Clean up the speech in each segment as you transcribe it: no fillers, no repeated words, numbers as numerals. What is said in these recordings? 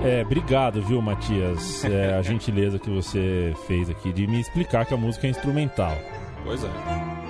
Obrigado, viu, Matias? A gentileza que você fez aqui de me explicar que a música é instrumental. Pois é.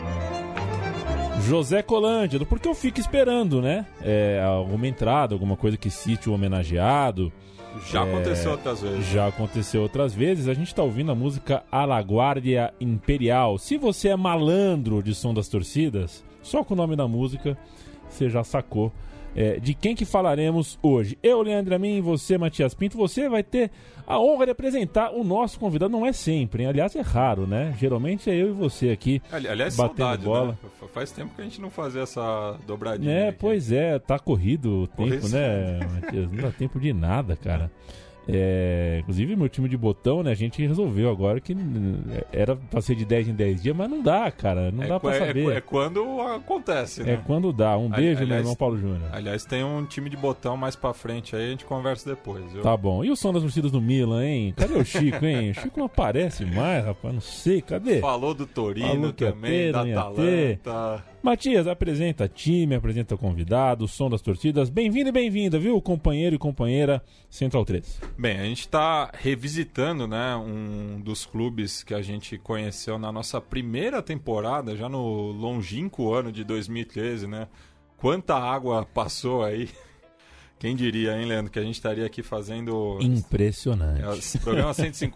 José Colândia, porque eu fico esperando, né? Alguma entrada, alguma coisa que cite o homenageado. Já aconteceu outras vezes. Já aconteceu outras vezes. A gente tá ouvindo a música A La Guardia Imperial. Se você é malandro de Som das Torcidas, só com o nome da música, você já sacou de quem que falaremos hoje. Eu, Leandro Amin, e você, Matias Pinto. Você vai ter a honra de apresentar o nosso convidado. Não é sempre, hein? Aliás, é raro, né? Geralmente é eu e você aqui. Aliás, batendo saudade, bola. Né? Faz tempo que a gente não fazia essa dobradinha. Pois tá corrido o tempo, né, Matias? Não dá tempo de nada, cara. Inclusive, meu time de botão, né? A gente resolveu agora que era pra ser de 10 em 10 dias, mas não dá, cara. Não dá pra saber. É quando acontece, né? É quando dá. Um beijo, meu irmão Paulo Júnior. Aliás, tem um time de botão mais pra frente aí, a gente conversa depois, viu? Tá bom. E o som das torcidas do Milan, hein? Cadê o Chico, hein? O Chico não aparece mais, rapaz. Não sei, cadê? Falou do Torino também, da Atalanta. Matias, apresenta time, apresenta convidado, o som das torcidas. Bem-vindo e bem-vinda, viu, companheiro e companheira Central 3. Bem, a gente está revisitando, né, um dos clubes que a gente conheceu na nossa primeira temporada, já no longínquo ano de 2013, né? Quanta água passou aí. Quem diria, hein, Leandro, que a gente estaria aqui fazendo... Impressionante. Programa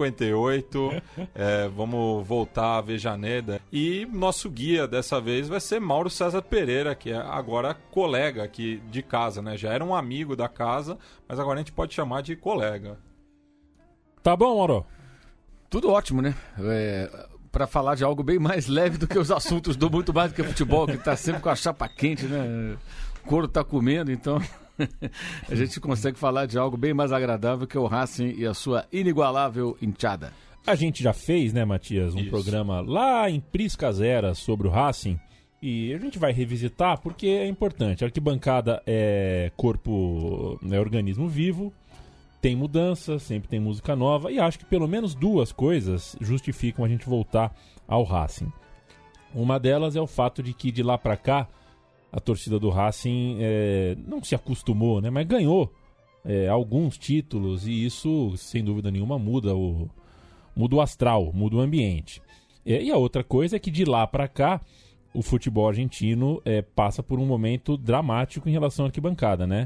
158, vamos voltar a Avejaneda. E nosso guia dessa vez vai ser Mauro César Pereira, que é agora colega aqui de casa, né? Já era um amigo da casa, mas agora a gente pode chamar de colega. Tá bom, Mauro? Tudo ótimo, né? Para falar de algo bem mais leve do que os assuntos do Muito Mais do que Futebol, que tá sempre com a chapa quente, né? O couro tá comendo, então... a gente consegue falar de algo bem mais agradável que o Racing e a sua inigualável hinchada. A gente já fez, né, Matias, um programa lá em Prisca Zera sobre o Racing e a gente vai revisitar porque é importante. A arquibancada é corpo, é organismo vivo, tem mudança, sempre tem música nova e acho que pelo menos duas coisas justificam a gente voltar ao Racing. Uma delas é o fato de que de lá pra cá a torcida do Racing não se acostumou, né? Mas ganhou alguns títulos e isso, sem dúvida nenhuma, muda o astral, muda o ambiente. E a outra coisa é que de lá para cá, o futebol argentino passa por um momento dramático em relação à arquibancada, né?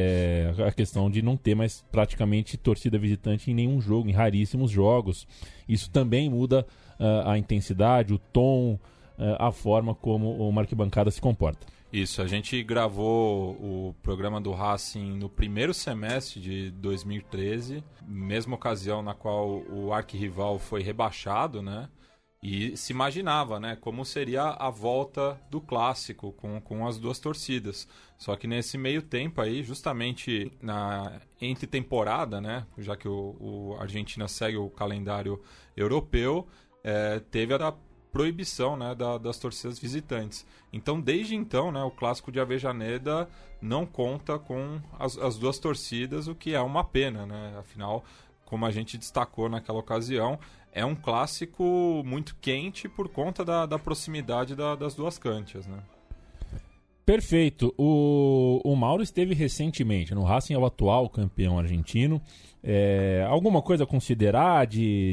A questão de não ter mais praticamente torcida visitante em nenhum jogo, em raríssimos jogos. Isso também muda a intensidade, o tom, a forma como uma arquibancada se comporta. Isso, a gente gravou o programa do Racing no primeiro semestre de 2013, mesma ocasião na qual o arquirrival foi rebaixado, né? E se imaginava, né, como seria a volta do clássico com as duas torcidas. Só que nesse meio tempo aí, justamente entre temporada, né, já que a Argentina segue o calendário europeu, teve a proibição, né, das torcidas visitantes. Então, desde então, né, o clássico de Avejaneda não conta com as duas torcidas, o que é uma pena, né? Afinal, como a gente destacou naquela ocasião, é um clássico muito quente por conta da proximidade das duas canchas, né? Perfeito. O Mauro esteve recentemente no Racing, é o atual campeão argentino. Alguma coisa a considerar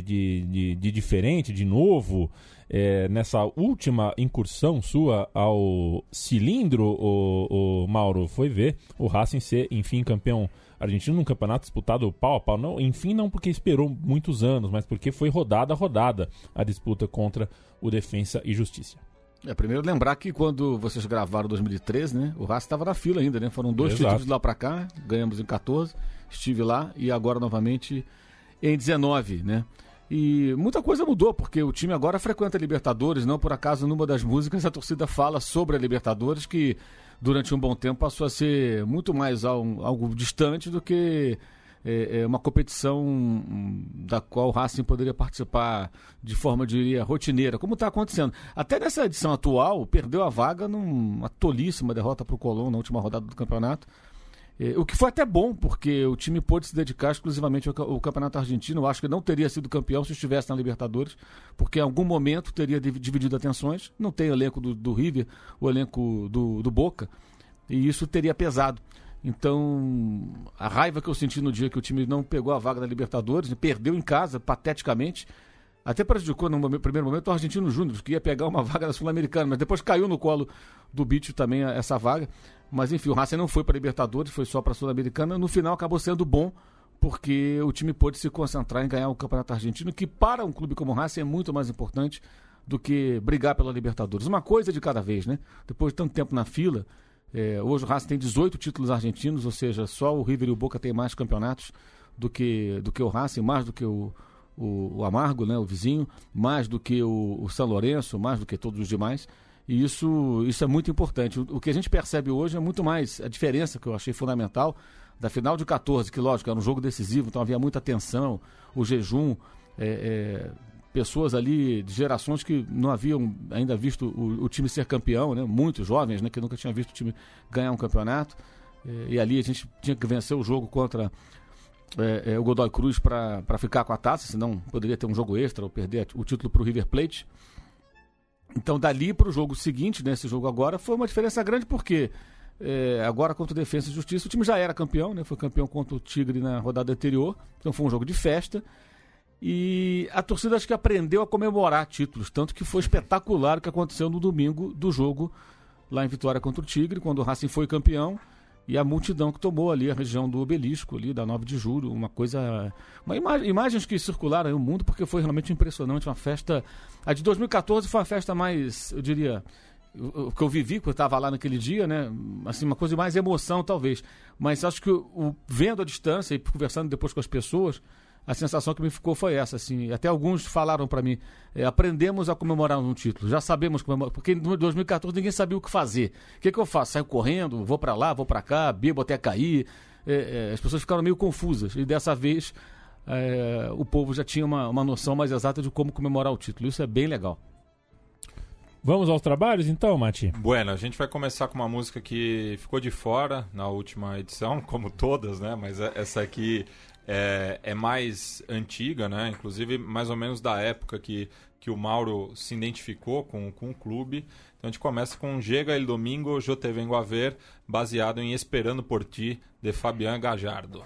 de diferente, de novo, nessa última incursão sua ao cilindro, o Mauro, foi ver o Racing ser, enfim, campeão argentino num campeonato disputado pau a pau. Não, enfim, não porque esperou muitos anos, mas porque foi rodada a rodada a disputa contra o Defensa e Justiça. Primeiro lembrar que quando vocês gravaram em 2013, né, o Racing estava na fila ainda, né? Foram 2 títulos de lá para cá, ganhamos em 14, estive lá e agora novamente em 19, né? E muita coisa mudou, porque o time agora frequenta a Libertadores, não por acaso numa das músicas a torcida fala sobre a Libertadores, que durante um bom tempo passou a ser muito mais algo distante do que uma competição da qual o Racing poderia participar de forma, eu diria, rotineira, como está acontecendo. Até nessa edição atual, perdeu a vaga numa tolíssima derrota para o Colón na última rodada do campeonato. O que foi até bom, porque o time pôde se dedicar exclusivamente ao campeonato argentino. Eu acho que não teria sido campeão se estivesse na Libertadores, porque em algum momento teria dividido atenções. Não tem o elenco do River, o elenco do Boca, e isso teria pesado. Então, a raiva que eu senti no dia que o time não pegou a vaga da Libertadores, perdeu em casa, pateticamente, até prejudicou no primeiro momento o Argentino Júnior, que ia pegar uma vaga da Sul-Americana, mas depois caiu no colo do Bicho também essa vaga. Mas enfim, o Racing não foi para a Libertadores, foi só para a Sul-Americana. No final acabou sendo bom, porque o time pôde se concentrar em ganhar o Campeonato Argentino, que para um clube como o Racing é muito mais importante do que brigar pela Libertadores. Uma coisa de cada vez, né? Depois de tanto tempo na fila, hoje o Racing tem 18 títulos argentinos, ou seja, só o River e o Boca têm mais campeonatos do que o Racing, mais do que o Amargo, né, o vizinho, mais do que o São Lourenço, mais do que todos os demais. E isso é muito importante. O que a gente percebe hoje é muito mais a diferença que eu achei fundamental da final de 14, que lógico, era um jogo decisivo, então havia muita tensão, o jejum, pessoas ali de gerações que não haviam ainda visto o time ser campeão, né? Muitos jovens, né, que nunca tinham visto o time ganhar um campeonato, e ali a gente tinha que vencer o jogo contra o Godoy Cruz para ficar com a taça, senão poderia ter um jogo extra ou perder o título para o River Plate. Então dali para o jogo seguinte, nesse jogo agora, foi uma diferença grande, porque agora contra o Defensa e Justiça o time já era campeão, né? Foi campeão contra o Tigre na rodada anterior, então foi um jogo de festa. E a torcida acho que aprendeu a comemorar títulos, tanto que foi espetacular o que aconteceu no domingo do jogo lá em Vitória contra o Tigre, quando o Racing foi campeão, e a multidão que tomou ali a região do Obelisco, ali da 9 de julho, imagens que circularam aí o mundo, porque foi realmente impressionante, uma festa. A de 2014 foi uma festa mais, eu diria, o que eu vivi, porque eu estava lá naquele dia, né? Assim, uma coisa de mais emoção talvez, mas acho que vendo a distância e conversando depois com as pessoas, a sensação que me ficou foi essa, assim, até alguns falaram para mim, aprendemos a comemorar um título, já sabemos comemorar, porque em 2014 ninguém sabia o que fazer. O que eu faço? Saio correndo, vou para lá, vou para cá, bebo até cair, as pessoas ficaram meio confusas, e dessa vez o povo já tinha uma noção mais exata de como comemorar o título, isso é bem legal. Vamos aos trabalhos então, Mati? Bueno, a gente vai começar com uma música que ficou de fora na última edição, como todas, né? Mas essa aqui é mais antiga, né? Inclusive mais ou menos da época que o Mauro se identificou com o clube. Então a gente começa com Llega el Domingo, yo te vengo a ver, baseado em Esperando por Ti, de Fabián Gallardo.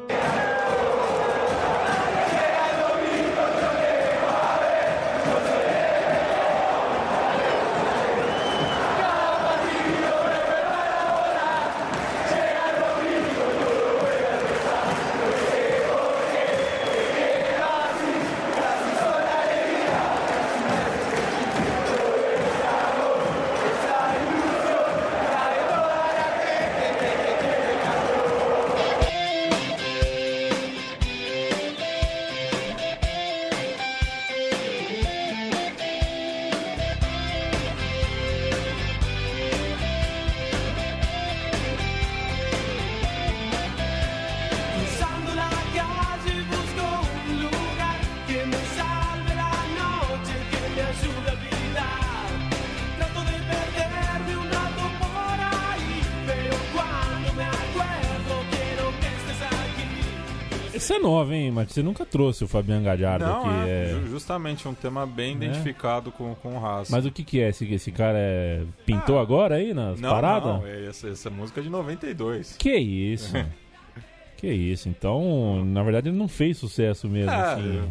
Essa é nova, hein, Mati? Você nunca trouxe o Fabián Gallardo aqui. Justamente um tema bem identificado com o Racing. Mas o que é? Esse cara pintou agora aí nas paradas? Não, essa música é de 92. Que isso? Que isso? Então, na verdade, ele não fez sucesso mesmo. Assim.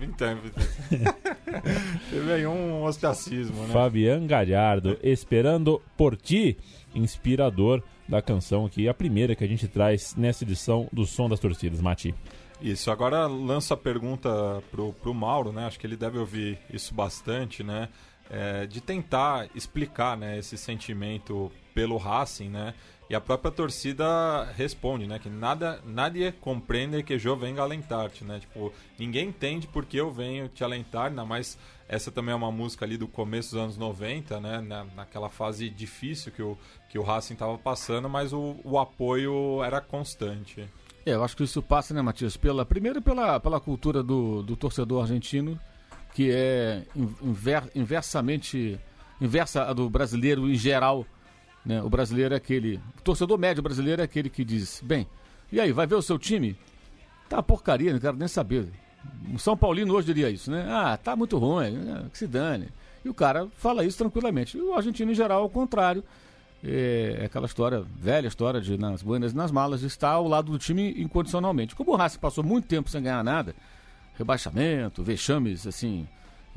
Teve aí um ostracismo, né? Fabián Gallardo, Esperando por Ti, inspirador da canção aqui, a primeira que a gente traz nessa edição do Som das Torcidas, Mati. Isso, agora lanço a pergunta pro Mauro, né? Acho que ele deve ouvir isso bastante, né? De tentar explicar, né, esse sentimento pelo Racing, né? E a própria torcida responde, né? Que nadie compreende que eu venga alentar-te, né? Tipo, ninguém entende por que eu venho te alentar, ainda mais essa também é uma música ali do começo dos anos 90, né? Naquela fase difícil que o Racing estava passando, mas o apoio era constante. Eu acho que isso passa, né, Matias? Primeiro pela cultura do torcedor argentino, que é inversa a do brasileiro em geral, né? O brasileiro é aquele... O torcedor médio brasileiro é aquele que diz, bem, e aí, vai ver o seu time? Tá uma porcaria, não quero nem saber. O São Paulino hoje diria isso, né? Ah, tá muito ruim, que se dane. E o cara fala isso tranquilamente. E o argentino, em geral, ao contrário, é aquela história, velha história de nas buenas e nas malas, de estar ao lado do time incondicionalmente. Como o Racing passou muito tempo sem ganhar nada, rebaixamento, vexames, assim,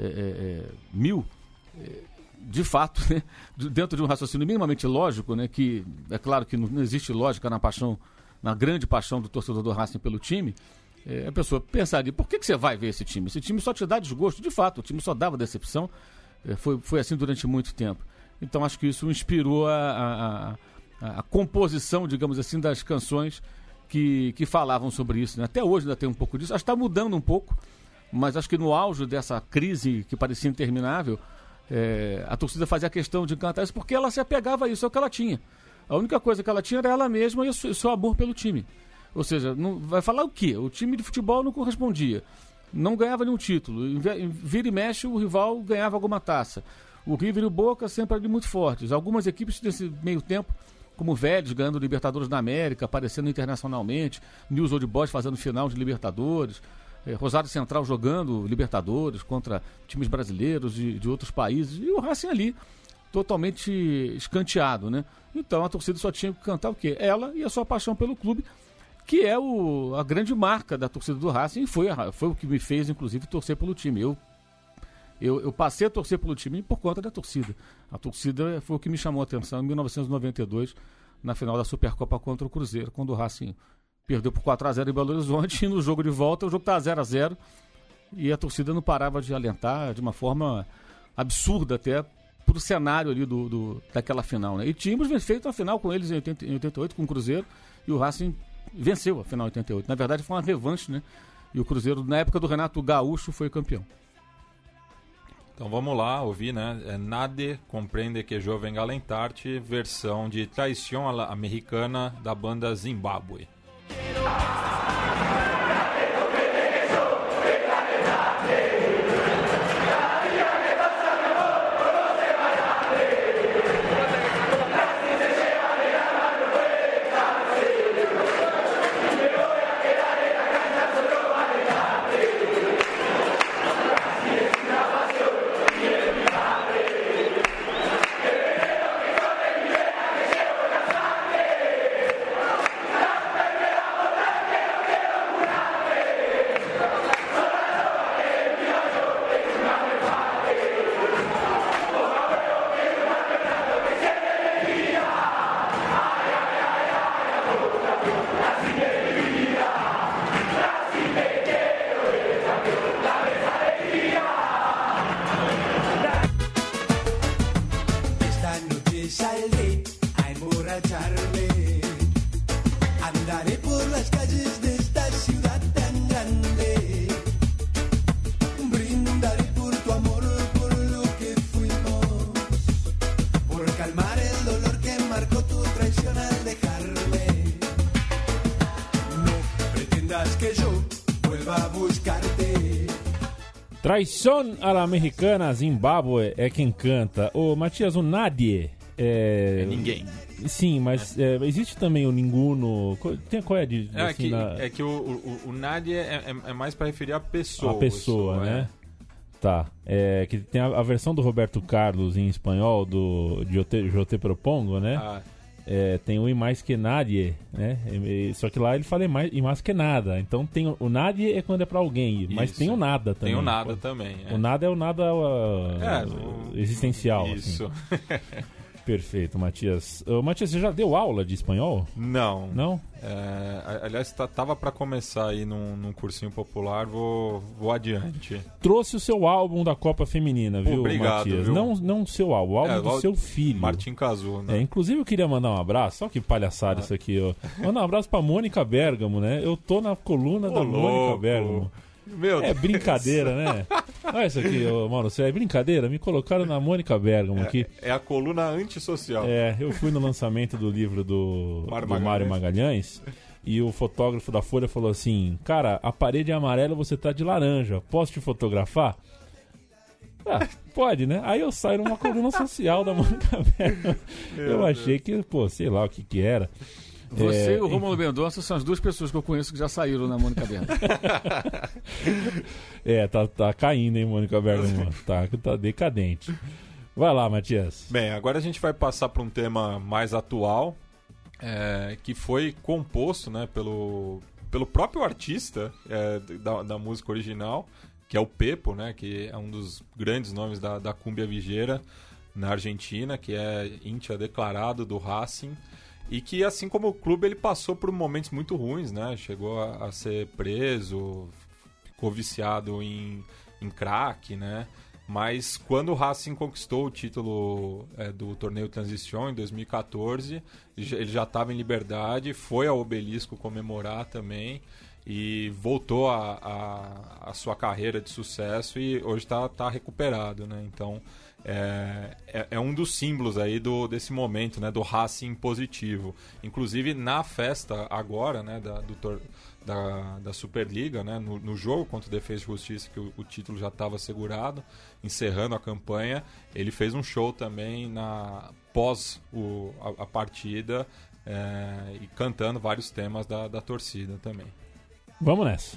mil, de fato, né, dentro de um raciocínio minimamente lógico, né, que é claro que não existe lógica na grande paixão do torcedor do Racing pelo time, a pessoa pensaria, por que você vai ver esse time? Esse time só te dá desgosto. De fato, o time só dava decepção. Foi assim durante muito tempo. Então acho que isso inspirou a composição, digamos assim, das canções que falavam sobre isso, né? Até hoje ainda tem um pouco disso. Acho que está mudando um pouco, mas acho que no auge dessa crise que parecia interminável, a torcida fazia questão de cantar isso porque ela se apegava a isso, é o que ela tinha. A única coisa que ela tinha era ela mesma e o seu amor pelo time. Ou seja, não, vai falar o quê? O time de futebol não correspondia. Não ganhava nenhum título. Vira e mexe, o rival ganhava alguma taça. O River e o Boca sempre ali muito fortes. Algumas equipes nesse meio tempo, como o Vélez ganhando Libertadores da América, aparecendo internacionalmente, News Old Boys fazendo final de Libertadores, Rosário Central jogando Libertadores contra times brasileiros de outros países. E o Racing ali, totalmente escanteado, né? Então a torcida só tinha que cantar o quê? Ela e a sua paixão pelo clube, que é a grande marca da torcida do Racing, e foi o que me fez, inclusive, torcer pelo time. Eu passei a torcer pelo time por conta da torcida. A torcida foi o que me chamou a atenção em 1992, na final da Supercopa contra o Cruzeiro, quando o Racing perdeu por 4-0 em Belo Horizonte, e no jogo de volta o jogo estava 0-0, e a torcida não parava de alentar de uma forma absurda até para o cenário ali daquela final, né? E tínhamos feito a final com eles em 88, com o Cruzeiro, e o Racing venceu a final em 88. Na verdade foi uma revanche, né? E o Cruzeiro, na época do Renato Gaúcho, foi campeão. Então vamos lá ouvir, né? Nadie comprende que yo venga a alentarte, versão de Traición Americana da banda Zimbábue. Traición a la Americana, Zimbábue é quem canta. Ô, Matias, o Nadie é ninguém. Sim, mas existe também o Ninguno. Qual é de assim, que o Nadie é mais para referir a pessoa. A pessoa, né? Tá. Que tem a versão do Roberto Carlos em espanhol, de Eu Te Propongo, né? Tem o E Mais Que Nadie, né? Só que lá ele fala E Mais Que Nada. Então tem o Nadie é quando é pra alguém, mas tem o nada também. Tem o nada também. O nada é o nada existencial. Isso. Assim. Perfeito, Matias. Matias, você já deu aula de espanhol? Não. Não? Aliás, tava para começar aí num cursinho popular, vou adiante. Trouxe o seu álbum da Copa Feminina, viu, obrigado, Matias? Viu? Não o seu álbum, o álbum do seu filho. Martim Cazu, né? Inclusive eu queria mandar um abraço, olha que palhaçada isso aqui, ó. Mandar um abraço pra Mônica Bergamo, né? Eu tô na coluna da Mônica Bergamo. Meu Deus. Brincadeira, né? Olha isso aqui, Mauro, é brincadeira? Me colocaram na Mônica Bergamo aqui. É a coluna antissocial. Eu fui no lançamento do livro do Mário Magalhães e o fotógrafo da Folha falou assim: cara, a parede é amarela, você tá de laranja, posso te fotografar? Pode, né? Aí eu saio numa coluna social da Mônica Bergamo. Eu achei que, sei lá o que era. Você e o Rômulo Mendonça são as duas pessoas que eu conheço que já saíram na Mônica Bergamo. Tá caindo, hein, Mônica Bergamo? Tá decadente. Vai lá, Matias. Bem, agora a gente vai passar para um tema mais atual, que foi composto, né, pelo próprio artista da música original, que é o Pepo, né, que é um dos grandes nomes da cumbia villeira na Argentina, que é íntia declarado do Racing, e que, assim como o clube, ele passou por momentos muito ruins, né? Chegou a ser preso, ficou viciado em crack, né? Mas quando o Racing conquistou o título do torneio Transition em 2014, ele já estava em liberdade, foi ao Obelisco comemorar também e voltou a sua carreira de sucesso e hoje está recuperado, né? Então é um dos símbolos aí desse momento, né, do Racing positivo. Inclusive na festa agora, né, da Superliga, né, no jogo contra o Defesa e Justiça, que o título já estava assegurado, encerrando a campanha, ele fez um show também pós a partida e cantando vários temas da torcida também. Vamos nessa.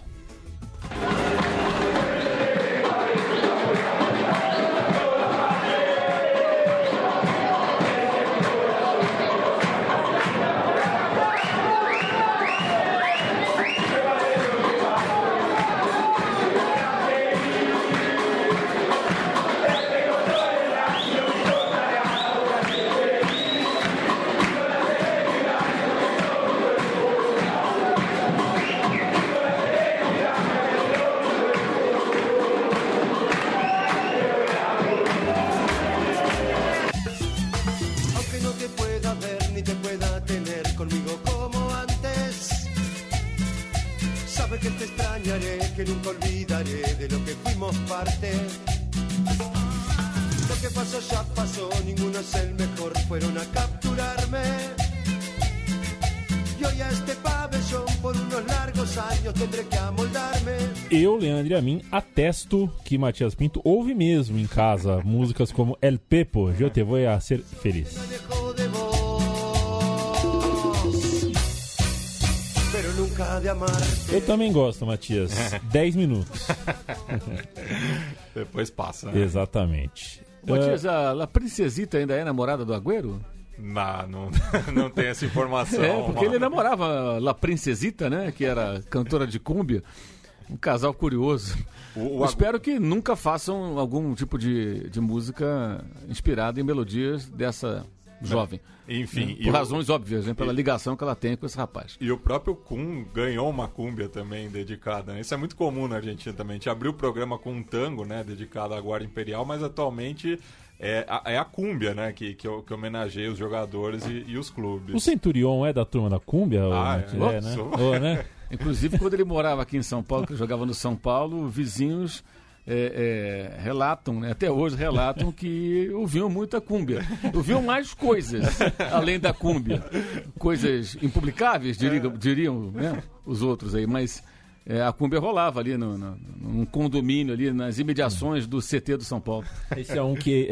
Eu, Leandro e a mim, atesto que Matias Pinto ouve mesmo em casa músicas como El Pepo, Eu Te Voy a Ser Feliz. Eu também gosto, Matias. 10 minutos. Depois passa, né? Exatamente. Matias, a Princesita ainda é namorada do Agüero? Não tem essa informação. Porque ele namorava La Princesita, né? Que era cantora de cúmbia. Um casal curioso. Espero que nunca façam algum tipo de música inspirada em melodias dessa jovem. Enfim. Por razões óbvias, né? Pela ligação que ela tem com esse rapaz. E o próprio Kun ganhou uma cúmbia também dedicada, né? Isso é muito comum na Argentina também. A gente abriu o programa com um tango, né? Dedicado à Guarda Imperial, mas atualmente é a cúmbia, né? Que homenageia os jogadores e os clubes. O Centurion é da turma da cúmbia? Né? Inclusive, quando ele morava aqui em São Paulo, que jogava no São Paulo, vizinhos relatam, né, até hoje relatam que ouviam muita cúmbia. Ouviam mais coisas além da cúmbia. Coisas impublicáveis, diriam, né, os outros aí, mas a cúmbia rolava ali num condomínio, ali nas imediações do CT do São Paulo. Esse é um que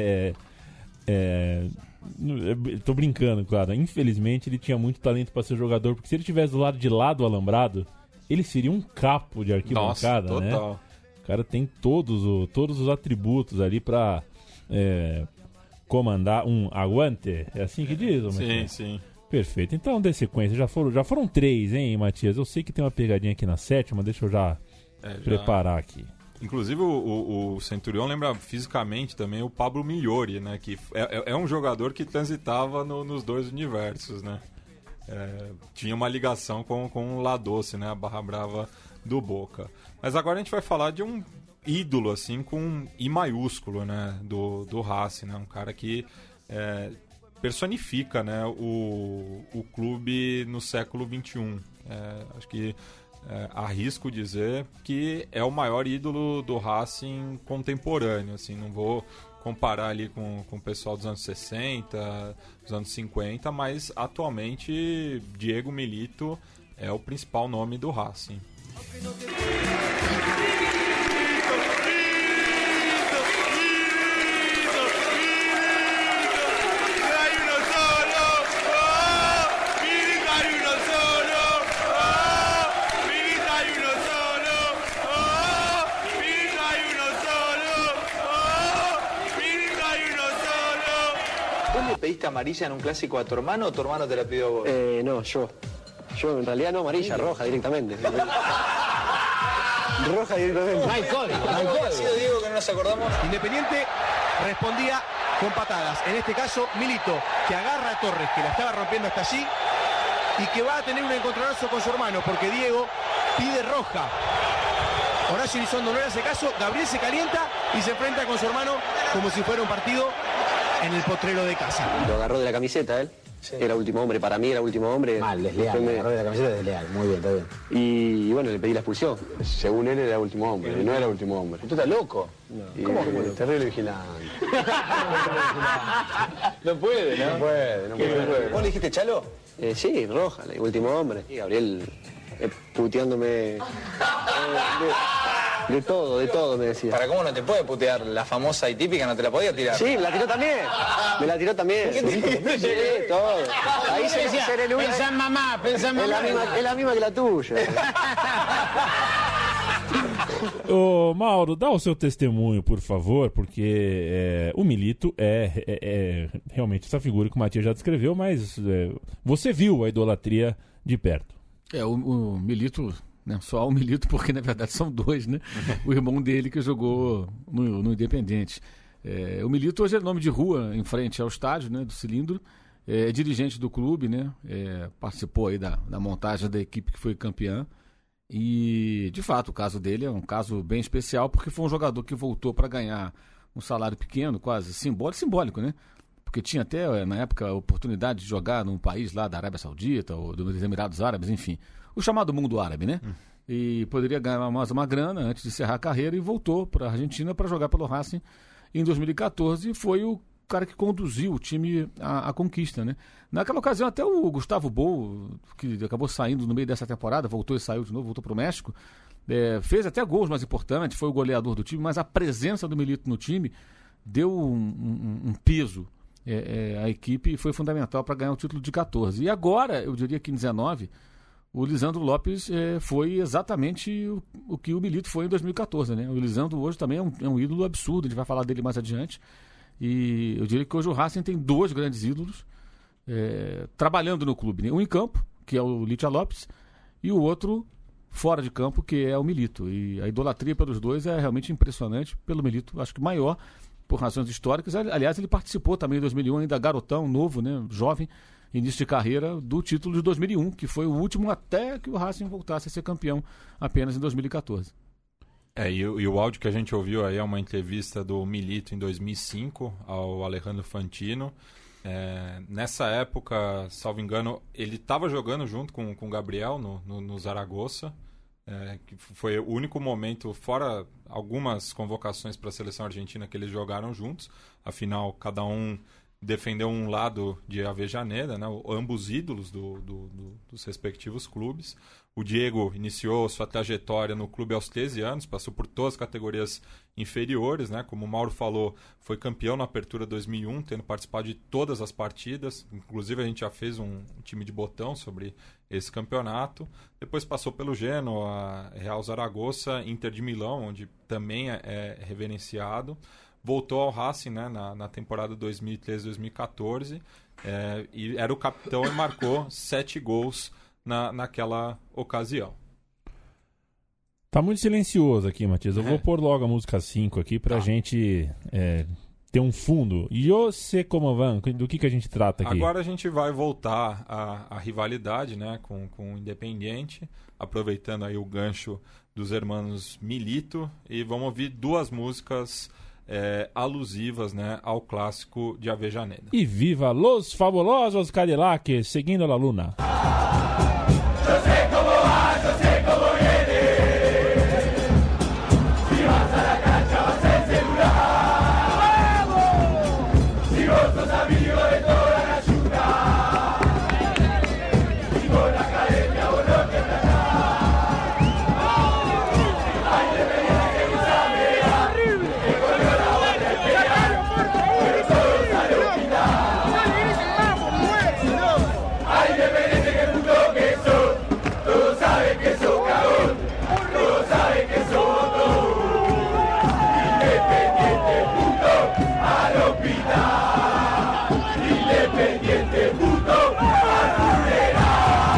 tô brincando, claro. Infelizmente ele tinha muito talento para ser jogador, porque se ele tivesse do lado de lá do alambrado, ele seria um capo de arquibancada. Nossa, total. Né? O cara tem todos os atributos ali para comandar um aguante. É assim que diz? Sim. Perfeito. Então, dê sequência. Já foram 3, hein, Matias? Eu sei que tem uma pegadinha aqui na 7ª, deixa eu já preparar aqui. Inclusive o Centurion lembra fisicamente também o Pablo Migliori, né? Que é um jogador que transitava nos dois universos, né? Tinha uma ligação com o La Doce, né? A Barra Brava do Boca. Mas agora a gente vai falar de um ídolo, assim, com um I maiúsculo, né? Do Racing, né? Um cara que personifica, né? O clube no século XXI. Acho que arrisco dizer que é o maior ídolo do Racing contemporâneo, assim, não vou comparar ali com o pessoal dos anos 60, dos anos 50, mas atualmente Diego Milito é o principal nome do Racing. ¿Vos le pediste amarilla en un clásico a tu hermano o tu hermano te la pidió a vos? No, yo. Yo en realidad no, amarilla, roja directamente. Roja directamente. No hay código. Ha sido Diego que no nos acordamos. Independiente respondía con patadas. En este caso, Milito, que agarra a Torres, que la estaba rompiendo hasta allí, y que va a tener un encontronazo con su hermano, porque Diego pide roja. Horacio Elizondo no le hace caso, Gabriel se calienta y se enfrenta con su hermano como si fuera un partido en el potrero de casa. Lo agarró de la camiseta él. Sí. Era último hombre, para mí era último hombre. Mal, desleal, me agarró de la camiseta desleal, muy bien, está bien. Y bueno, le pedí la expulsión. Según él era último hombre, no era último hombre. ¿Tú estás loco? No. ¿Cómo que loco? Terrible vigilante. No puede, ¿no? No puede. ¿Vos le dijiste Chalo? Sí, roja, último hombre. Y Gabriel puteándome de todo me decía. ¿Para cómo no te puede putear? La famosa y típica no te la podía tirar. Sí, me la tiró también. Sí, todo. Ahí se decía, pensá en mamá. Es la misma que la tuya. Ô, Mauro, dá o seu testemunho, por favor, porque o Milito é realmente essa figura que o Matias já descreveu, mas você viu a idolatria de perto. O Milito, né, só o Milito, porque na verdade são dois, né? O irmão dele que jogou no Independente. O Milito hoje é nome de rua em frente ao estádio, né, do Cilindro. É dirigente do clube, né? Participou aí da montagem da equipe que foi campeã. E, de fato, o caso dele é um caso bem especial, porque foi um jogador que voltou para ganhar um salário pequeno, quase simbólico, né? Porque tinha até, na época, a oportunidade de jogar num país lá da Arábia Saudita ou dos Emirados Árabes, enfim. O chamado mundo árabe, né? E poderia ganhar mais uma grana antes de encerrar a carreira e voltou para a Argentina para jogar pelo Racing em 2014 e foi o cara que conduziu o time à conquista, né? Naquela ocasião até o Gustavo Bou, que acabou saindo no meio dessa temporada, voltou e saiu de novo, voltou para o México, fez até gols mais importantes, foi o goleador do time, mas a presença do Milito no time deu um peso à equipe e foi fundamental para ganhar o título de 14. E agora, eu diria que em 19, o Lisandro Lopes foi exatamente o que o Milito foi em 2014, né? O Lisandro hoje também é um ídolo absurdo, a gente vai falar dele mais adiante. E eu diria que hoje o Racing tem dois grandes ídolos trabalhando no clube, né? Um em campo, que é o Litia Lopes, e o outro fora de campo, que é o Milito. E a idolatria pelos dois é realmente impressionante, pelo Milito, acho que maior, por razões históricas. Aliás, ele participou também em 2001, ainda garotão, novo, né? Jovem, início de carreira, do título de 2001, que foi o último até que o Racing voltasse a ser campeão apenas em 2014. E o áudio que a gente ouviu aí é uma entrevista do Milito em 2005 ao Alejandro Fantino. Nessa época, salvo engano, ele estava jogando junto com o Gabriel no Zaragoza, que foi o único momento, fora algumas convocações para a seleção argentina, que eles jogaram juntos. Afinal, cada um defendeu um lado de Avejaneda, né? Ambos ídolos dos respectivos clubes. O Diego iniciou sua trajetória no clube aos 13 anos, passou por todas as categorias inferiores, né? Como o Mauro falou, foi campeão na Apertura 2001, tendo participado de todas as partidas. Inclusive, a gente já fez um time de botão sobre esse campeonato. Depois passou pelo Genoa, Real Zaragoza, Inter de Milão, onde também é reverenciado. Voltou ao Racing, né, na temporada 2013-2014, e era o capitão e marcou 7 gols naquela ocasião. Tá muito silencioso aqui, Matias. Eu vou pôr logo a música 5 aqui pra gente ter um fundo. Eu sei como vão, do que a gente trata aqui? Agora a gente vai voltar à rivalidade, né, com o Independiente, aproveitando aí o gancho dos hermanos Milito, e vamos ouvir 2 músicas alusivas, né, ao clássico de Avejaneda. E viva los fabulosos Cadillacs, seguindo la luna. Yo sé cómo va, yo sé cómo viene. Si vas a la cancha vas a celular. ¡Vamos! Si vos sos amigo de toda la ciudad, y con la academia vos lo que tratás. Ay, de venir que no sabe, que corrió la banda imperial, pero todo sale a quitar. Ay, de venir Independiente puto, azuleira.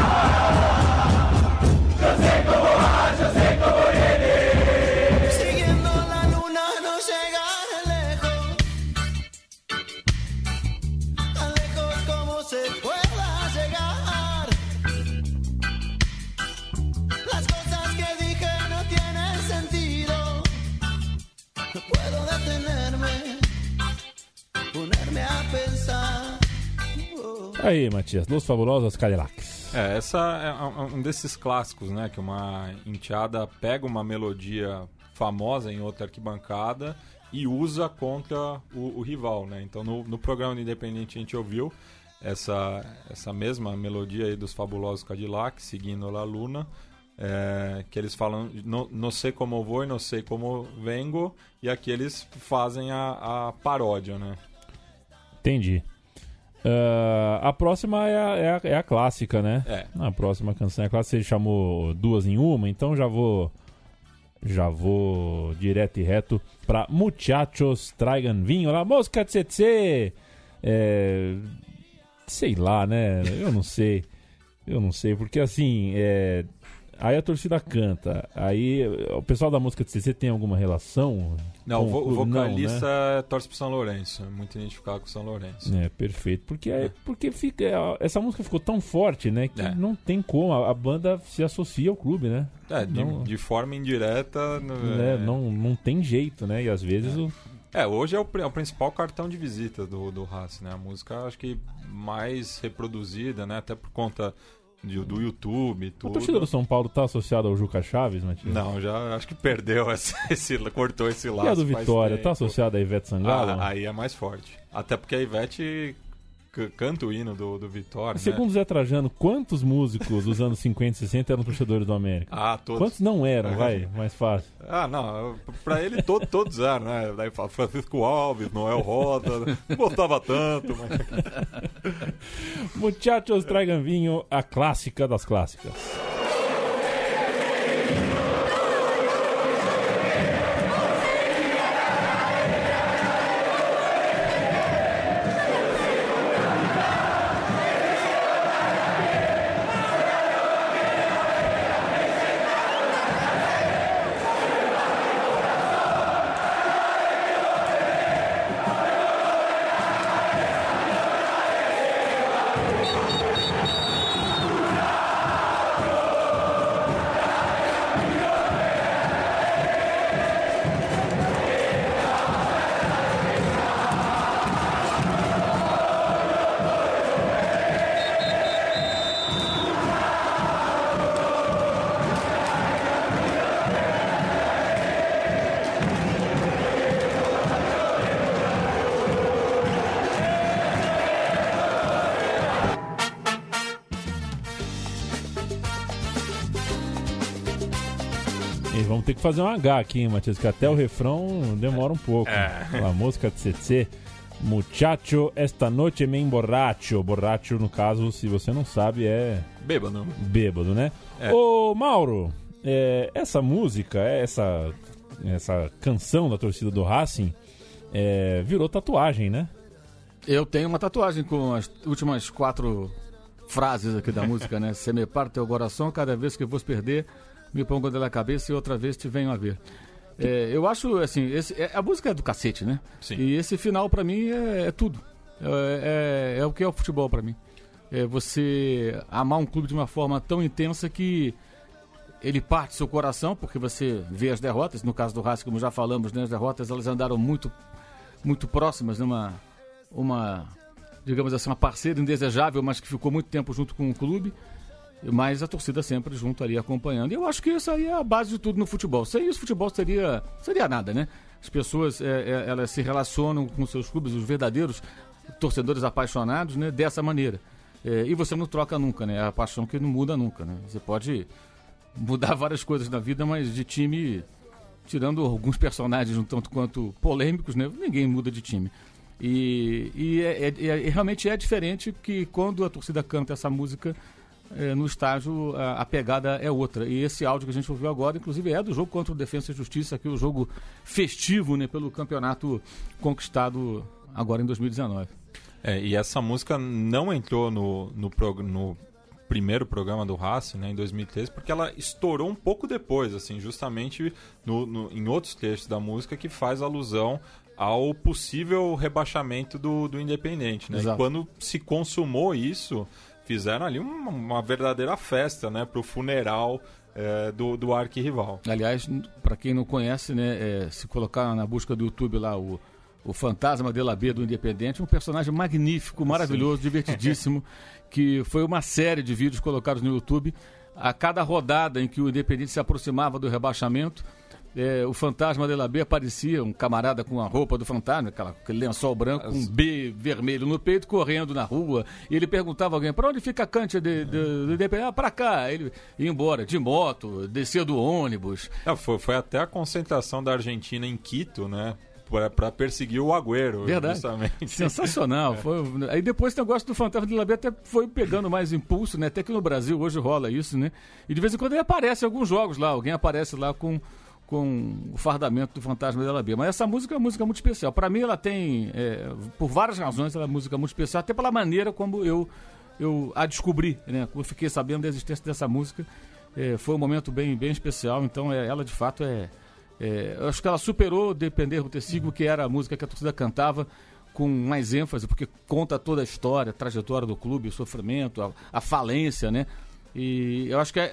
Yo sé cómo va, yo sé cómo viene. Siguiendo la luna no llegar lejos, tan lejos como se pueda llegar. Las cosas que dije no tienen sentido. No puedo detenerme, ponerme a pensar. Aí, Matias, Los Fabulosos Cadillacs. Essa é um desses clássicos, né? Que uma enteada pega uma melodia famosa em outra arquibancada e usa contra o rival, né? Então no programa do Independente a gente ouviu essa mesma melodia aí dos Fabulosos Cadillacs, seguindo La Luna, que eles falam não sei como vou e não sei como vengo, e aqui eles fazem a paródia, né? Entendi. A próxima é a clássica, né? A próxima canção é a clássica. Você chamou duas em uma, então já vou direto e reto pra Muchachos Traigan Vinho, La Mosca Tsetse. Sei lá, né? Eu não sei, porque assim, aí a torcida canta, aí o pessoal da Música Tsetse tem alguma relação? Não, o vocalista não, né? torce pro São Lourenço, é muito identificado com o São Lourenço. Perfeito, porque essa música ficou tão forte, né, que não tem como, a banda se associa ao clube, né? De forma indireta... Não tem jeito, né, e às vezes hoje é o principal cartão de visita do Racing, né? A música, acho que mais reproduzida, né? Até por conta do YouTube e tudo. A torcida do São Paulo tá associada ao Juca Chaves, Matias? Não, já acho que perdeu cortou esse laço. E a do Vitória, tá associada a Ivete Sangalo? Aí é mais forte. Até porque a Ivete canta o hino do Vitória, Segundo Zé Trajano, quantos músicos dos anos 50 e 60 eram torcedores do América? Todos. Quantos não eram, vai? Mais fácil. Não, pra ele todos eram, né? Daí fala Francisco Alves, Noel Rosa, não gostava tanto, mas... Muchachos Traigan Vinho, a clássica das clássicas. Vamos ter que fazer um H aqui, hein, Matias, que até o refrão demora um pouco. A música de Tsetse. Muchacho, esta noche me emborracho. Borracho, no caso, se você não sabe, é... Bêbado, né? Ô, Mauro, essa música, essa canção da torcida do Racing virou tatuagem, né? Eu tenho uma tatuagem com as últimas 4 frases aqui da música, né? Se me parte o coração cada vez que vos perder, me pongo na cabeça e outra vez te venho a ver. Eu acho, assim, a música é do cacete, né? Sim. E esse final, pra mim, é tudo. É o que é o futebol pra mim. É você amar um clube de uma forma tão intensa que ele parte seu coração, porque você vê as derrotas. No caso do Racing, como já falamos, né? As derrotas, elas andaram muito, muito próximas, né? Digamos assim, uma parceira indesejável, mas que ficou muito tempo junto com o clube. Mas a torcida sempre junto ali acompanhando. E eu acho que isso aí é a base de tudo no futebol. Sem isso, o futebol seria nada, né? As pessoas elas se relacionam com seus clubes, os verdadeiros torcedores apaixonados, né? Dessa maneira. E você não troca nunca, né? É a paixão que não muda nunca, né? Você pode mudar várias coisas na vida, mas de time, tirando alguns personagens um tanto quanto polêmicos, né? Ninguém muda de time. E realmente é diferente que quando a torcida canta essa música... no estágio a pegada é outra. E esse áudio que a gente ouviu agora, inclusive, é do jogo contra o Defensa e Justiça, aqui o jogo festivo, né, pelo campeonato conquistado agora em 2019. E essa música não entrou no primeiro programa do Racing, né, em 2013, porque ela estourou um pouco depois, assim, justamente em outros trechos da música que faz alusão ao possível rebaixamento do Independente, né? E quando se consumou isso, fizeram ali uma verdadeira festa, né, pro funeral do arquirrival. Aliás, para quem não conhece, né, se colocar na busca do YouTube lá o Fantasma de la B do Independente, um personagem magnífico, maravilhoso, divertidíssimo, que foi uma série de vídeos colocados no YouTube. A cada rodada em que o Independente se aproximava do rebaixamento, o Fantasma de la B aparecia, um camarada com a roupa do fantasma, aquele lençol branco, um B vermelho no peito, correndo na rua, e ele perguntava a alguém, para onde fica a cancha do Independente? Para cá. Ele ia embora, de moto, descia do ônibus. Foi até a concentração da Argentina em Quito, né? Para perseguir o Agüero. Verdade. Justamente. Sensacional. Aí depois o negócio do Fantasma de la B até foi pegando mais impulso, né? Até que no Brasil hoje rola isso, né? E de vez em quando ele aparece em alguns jogos lá, alguém aparece lá com o fardamento do Fantasma de la B. Mas essa música é uma música muito especial. Para mim ela tem, por várias razões, ela é uma música muito especial, até pela maneira como eu a descobri, né? Quando eu fiquei sabendo da existência dessa música, foi um momento bem, bem especial. Então ela de fato eu acho que ela superou Depender do Tecigo, que era a música que a torcida cantava com mais ênfase, porque conta toda a história, a trajetória do clube, o sofrimento, a falência, né? E eu acho que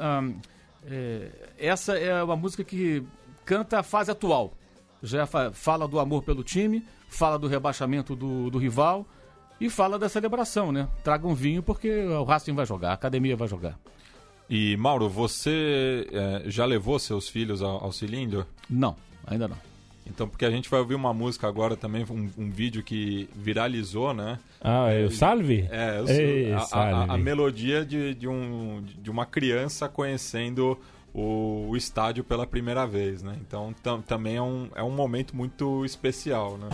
essa é uma música que canta a fase atual. Já fala do amor pelo time, fala do rebaixamento do rival e fala da celebração, né? Traga um vinho porque o Racing vai jogar, a academia vai jogar. E, Mauro, você já levou seus filhos ao cilindro? Não, ainda não. Então, porque a gente vai ouvir uma música agora também, um vídeo que viralizou, né? O Salve? A melodia de uma criança conhecendo o estádio pela primeira vez, né? Então, também é um momento muito especial, né?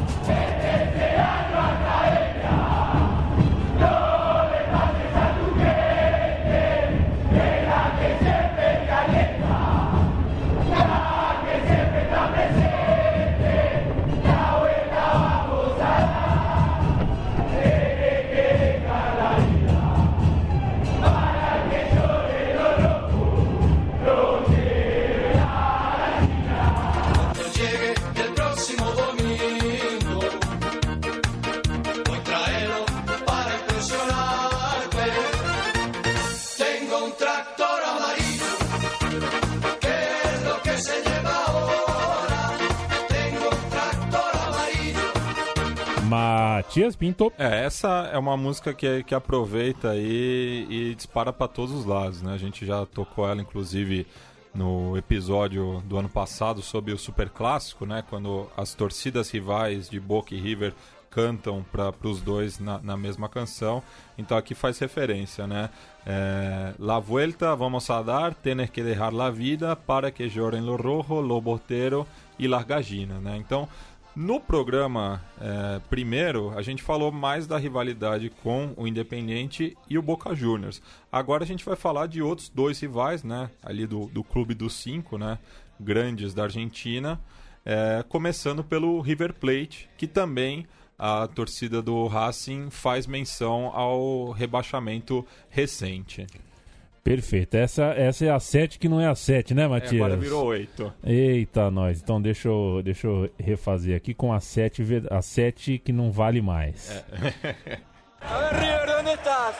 Matias Pinto. Essa é uma música que aproveita e dispara para todos os lados, né? A gente já tocou ela, inclusive, no episódio do ano passado sobre o Superclássico, né? Quando as torcidas rivais de Boca e River cantam para os dois na mesma canção. Então aqui faz referência, né? La vuelta vamos a dar, tener que dejar la vida para que lloren lo rojo, lo botero y las gallinas, né? Então, no programa primeiro, a gente falou mais da rivalidade com o Independiente e o Boca Juniors. Agora a gente vai falar de outros dois rivais, né? Ali do Clube dos Cinco, né? Grandes da Argentina. Começando pelo River Plate, que também a torcida do Racing faz menção ao rebaixamento recente. Perfeito. Essa é a 7 que não é a 7, né, Matias? Agora virou 8. Eita, nós. Então deixa eu refazer aqui com a 7 que não vale mais. A ver, River, ¿dónde estás?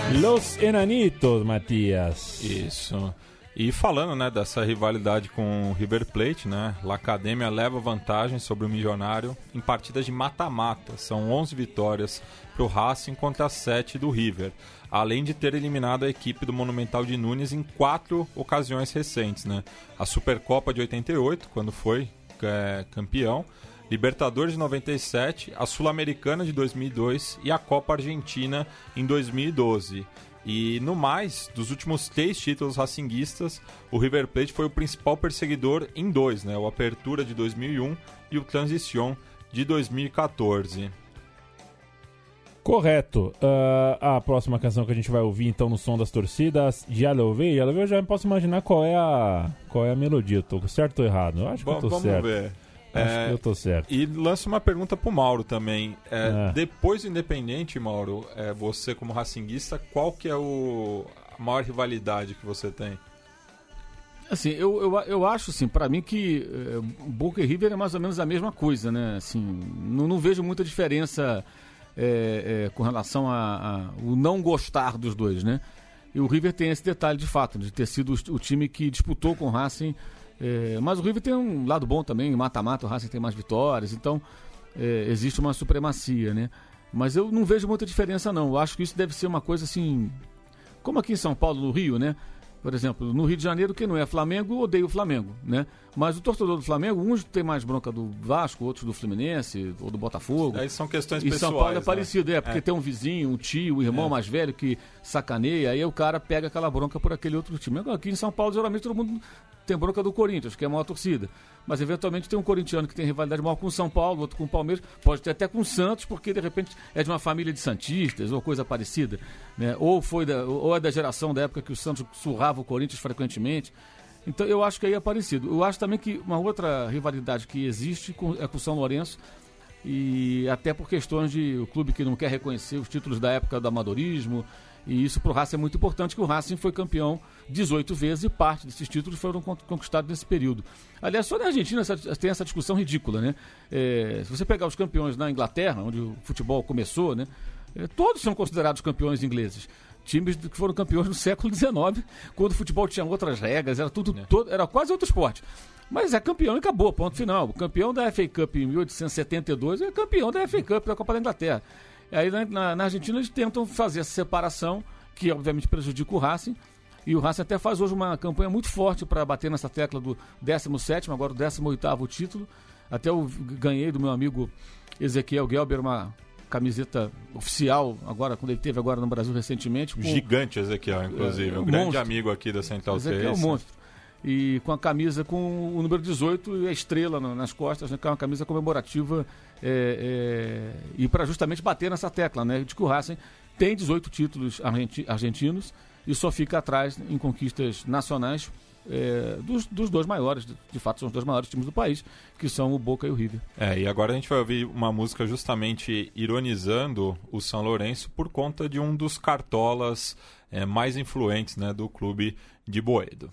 Los Enanitos, Matias. Isso. E falando, né, dessa rivalidade com o River Plate, né, La Academia leva vantagem sobre o Milionário em partidas de mata-mata. São 11 vitórias para o Racing contra 7 do River, além de ter eliminado a equipe do Monumental de Nunes em 4 ocasiões recentes, né? A Supercopa de 88, quando foi campeão, Libertadores de 97, a Sul-Americana de 2002 e a Copa Argentina em 2012. E no mais, dos últimos 3 títulos racinguistas, o River Plate foi o principal perseguidor em 2, né? O Apertura de 2001 e o Transición de 2014. Correto. A próxima canção que a gente vai ouvir, então, no Som das Torcidas, Já Lo Vi, eu já posso imaginar qual é a melodia. Eu tô certo ou errado? Eu acho que eu tô certo. Vamos ver. Acho que eu tô certo. E lanço uma pergunta pro Mauro também. Depois do Independente, Mauro, você como racinguista, qual que é a maior rivalidade que você tem? Assim, eu acho, assim, pra mim que Boca e River é mais ou menos a mesma coisa, né? Assim, não vejo muita diferença com relação a o não gostar dos dois, né? E o River tem esse detalhe de fato, de ter sido o time que disputou com o Racing. Mas o River tem um lado bom também, mata-mata, o Racing tem mais vitórias, então existe uma supremacia, né? Mas eu não vejo muita diferença não, eu acho que isso deve ser uma coisa assim, como aqui em São Paulo, no Rio, né? Por exemplo, no Rio de Janeiro, quem não é Flamengo, odeia o Flamengo, né? Mas o torcedor do Flamengo, uns tem mais bronca do Vasco, outros do Fluminense, ou do Botafogo. Aí são questões pessoais. E São Paulo é parecido, porque tem um vizinho, um tio, um irmão mais velho que sacaneia, aí o cara pega aquela bronca por aquele outro time. Aqui em São Paulo, geralmente, todo mundo tem bronca do Corinthians, que é a maior torcida. Mas, eventualmente, tem um corintiano que tem rivalidade maior com o São Paulo, outro com o Palmeiras, pode ter até com o Santos, porque, de repente, é de uma família de santistas, ou coisa parecida, né? Ou é da geração da época que o Santos surrava o Corinthians frequentemente. Então, eu acho que aí é parecido. Eu acho também que uma outra rivalidade que existe é com o São Lourenço, e até por questões de o clube que não quer reconhecer os títulos da época do amadorismo, e isso para o Racing é muito importante, que o Racing foi campeão 18 vezes e parte desses títulos foram conquistados nesse período. Aliás, só na Argentina tem essa discussão ridícula, né? Se você pegar os campeões na Inglaterra, onde o futebol começou, né? Todos são considerados campeões ingleses. Times que foram campeões no século XIX, quando o futebol tinha outras regras, era era quase outro esporte. Mas é campeão e acabou, ponto final. O campeão da FA Cup em 1872 é campeão da FA Cup da Copa da Inglaterra. Aí na Argentina eles tentam fazer essa separação, que obviamente prejudica o Racing. E o Racing até faz hoje uma campanha muito forte para bater nessa tecla do 17º, agora o 18º título. Até eu ganhei do meu amigo Ezequiel Gelber uma camiseta oficial, agora, quando ele esteve agora no Brasil recentemente. Gigante Ezequiel, inclusive, um grande amigo aqui da Central 3. Ezequiel é um monstro. E com a camisa com o número 18 e a estrela nas costas, né, que é uma camisa comemorativa e para justamente bater nessa tecla, né, de que o Racing tem 18 títulos argentinos e só fica atrás em conquistas nacionais dos dois maiores, de fato são os dois maiores times do país, que são o Boca e o River. E agora a gente vai ouvir uma música justamente ironizando o São Lourenço por conta de um dos cartolas mais influentes, né, do clube de Boedo.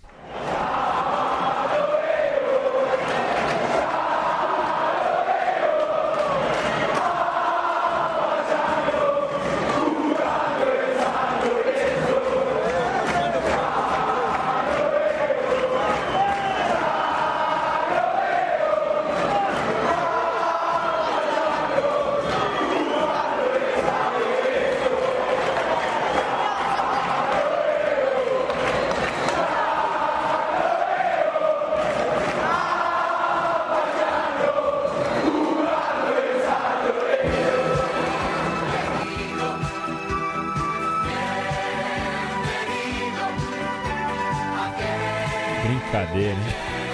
Brincadeira, hein?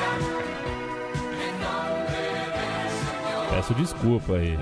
Peço desculpa aí.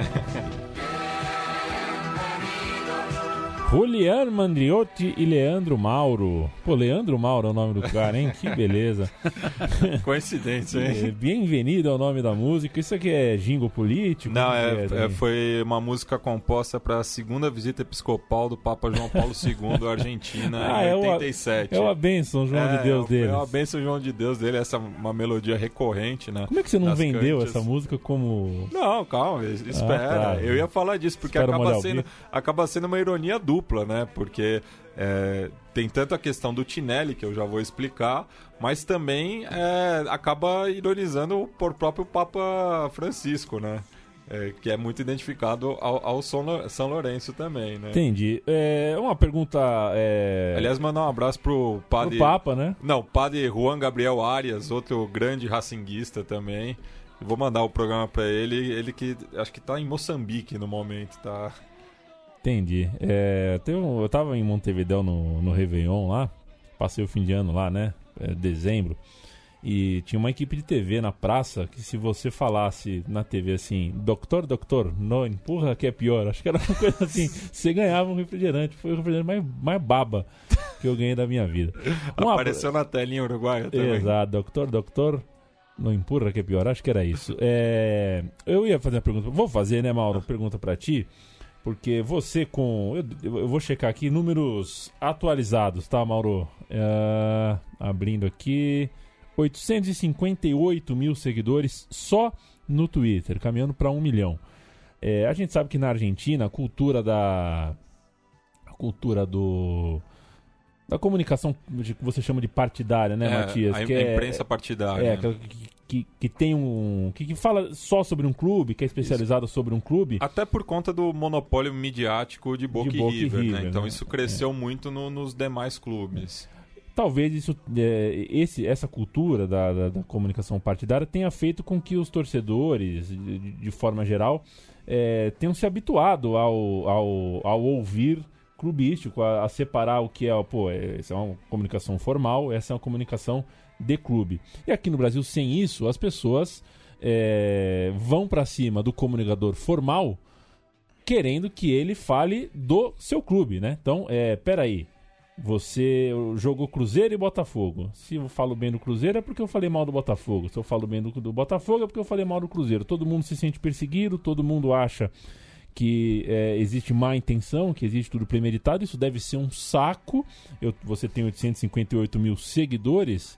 Julián Mandriotti e Leandro Mauro. Pô, Leandro Mauro é o nome do cara, hein? Que beleza. Coincidência, hein? Bem-vindo ao nome da música. Isso aqui é jingle político? Não, foi uma música composta para a segunda visita episcopal do Papa João Paulo II à Argentina em 87. É uma bênção, João de Deus dele. É uma bênção, João de Deus dele. Essa é uma melodia recorrente, né? Como é que você não vendeu essa música como... Não, calma, espera. Tá. Eu ia falar disso, porque acaba sendo uma ironia dupla. dupla, né? Porque tem tanto a questão do Tinelli, que eu já vou explicar, mas também acaba ironizando por próprio Papa Francisco, né? Que é muito identificado ao São Lourenço também, né? Entendi. Uma pergunta... Aliás, mandar um abraço pro padre... Pro Papa, né? Não, padre Juan Gabriel Arias, outro grande racinguista também. Eu vou mandar o programa pra ele que acho que tá em Moçambique no momento, tá? Entendi. Eu tava em Montevidéu no Réveillon lá, passei o fim de ano lá, né? Dezembro. E tinha uma equipe de TV na praça que, se você falasse na TV assim, doutor, não empurra que é pior, acho que era uma coisa assim, você ganhava um refrigerante. Foi o refrigerante mais baba que eu ganhei da minha vida. Apareceu na telinha uruguaia também. Exato, doutor, não empurra que é pior, acho que era isso. Eu ia fazer uma pergunta, vou fazer, né, Mauro, pergunta pra ti, porque você eu vou checar aqui números atualizados, tá, Mauro? Abrindo aqui... 858 mil seguidores só no Twitter, caminhando para 1 milhão. A gente sabe que na Argentina a cultura da comunicação que você chama de partidária, né, Matias? A imprensa partidária. Que tem que fala só sobre um clube, que é especializado sobre um clube. Até por conta do monopólio midiático de Boca e River, né? Então isso cresceu muito nos demais clubes. Talvez essa cultura da comunicação partidária tenha feito com que os torcedores, de forma geral, tenham se habituado ao ouvir clubístico, a separar o que essa é uma comunicação formal, essa é uma comunicação de clube. E aqui no Brasil, sem isso, as pessoas vão para cima do comunicador formal, querendo que ele fale do seu clube, né? Então, peraí. Você jogou Cruzeiro e Botafogo. Se eu falo bem do Cruzeiro é porque eu falei mal do Botafogo. Se eu falo bem do Botafogo é porque eu falei mal do Cruzeiro. Todo mundo se sente perseguido, todo mundo acha que existe má intenção, que existe tudo premeditado. Isso deve ser um saco. Você tem 858 mil seguidores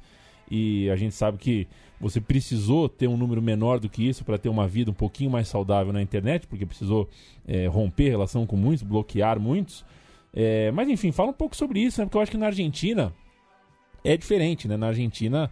e a gente sabe que você precisou ter um número menor do que isso para ter uma vida um pouquinho mais saudável na internet, porque precisou romper relação com muitos, bloquear muitos. Mas enfim, fala um pouco sobre isso, né? Porque eu acho que na Argentina é diferente, né? Na Argentina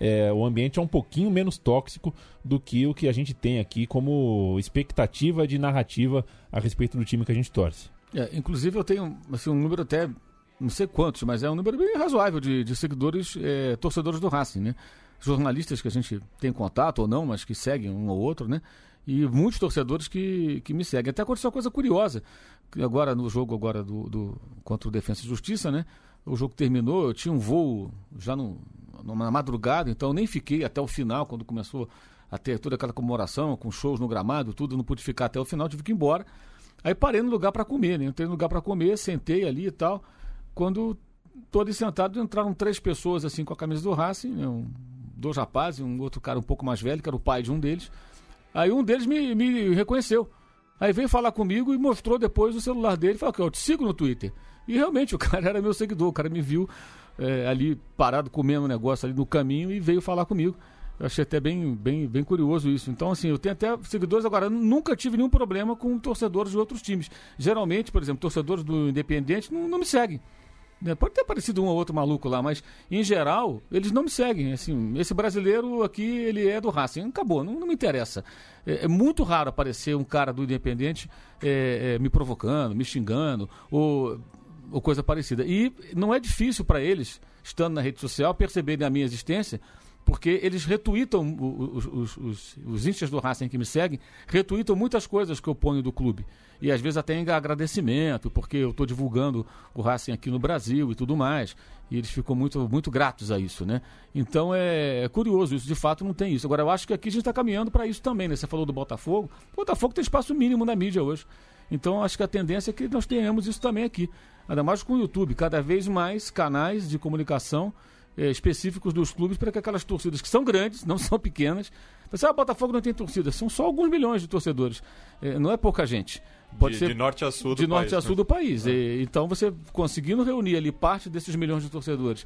o ambiente é um pouquinho menos tóxico do que o que a gente tem aqui como expectativa de narrativa a respeito do time que a gente torce. Inclusive eu tenho assim, um número até, não sei quantos, mas é um número bem razoável de seguidores, torcedores do Racing, né? Jornalistas que a gente tem contato ou não, mas que seguem um ou outro, né? E muitos torcedores que me seguem. Até aconteceu uma coisa curiosa. Agora, no jogo contra o Defensa e Justiça, né? O jogo terminou, eu tinha um voo já na madrugada, então eu nem fiquei até o final, quando começou a ter toda aquela comemoração, com shows no gramado, tudo, não pude ficar até o final, tive que ir embora. Aí parei no lugar para comer, né? Entrei no lugar para comer, sentei ali e tal. Quando tô ali sentado, entraram 3 pessoas assim com a camisa do Racing, né? 2 rapazes, um outro cara um pouco mais velho, que era o pai de um deles. Aí um deles me reconheceu. Aí veio falar comigo e mostrou depois o celular dele e falou que eu te sigo no Twitter. E realmente o cara era meu seguidor, o cara me viu ali parado comendo um negócio ali no caminho e veio falar comigo. Eu achei até bem curioso isso. Então, assim, eu tenho até seguidores agora. Nunca tive nenhum problema com torcedores de outros times. Geralmente, por exemplo, torcedores do Independiente não me seguem. Pode ter aparecido um ou outro maluco lá, mas em geral eles não me seguem. Assim, esse brasileiro aqui, ele é do Racing. Acabou, não me interessa. É muito raro aparecer um cara do Independente me provocando, me xingando ou coisa parecida. E não é difícil para eles, estando na rede social, perceberem a minha existência, porque eles retweetam, os instas do Racing que me seguem, retweetam muitas coisas que eu ponho do clube. E às vezes até em agradecimento, porque eu estou divulgando o Racing aqui no Brasil e tudo mais. E eles ficam muito, muito gratos a isso, né? Então é curioso, isso de fato não tem isso. Agora eu acho que aqui a gente está caminhando para isso também, né? Você falou do Botafogo. O Botafogo tem espaço mínimo na mídia hoje. Então acho que a tendência é que nós tenhamos isso também aqui. Ainda mais com o YouTube, cada vez mais canais de comunicação específicos dos clubes para que aquelas torcidas que são grandes, não são pequenas. Você o Botafogo não tem torcida, são só alguns milhões de torcedores, não é pouca gente. Pode ser de norte a sul do de país. Norte a sul do país. Então você conseguindo reunir ali parte desses milhões de torcedores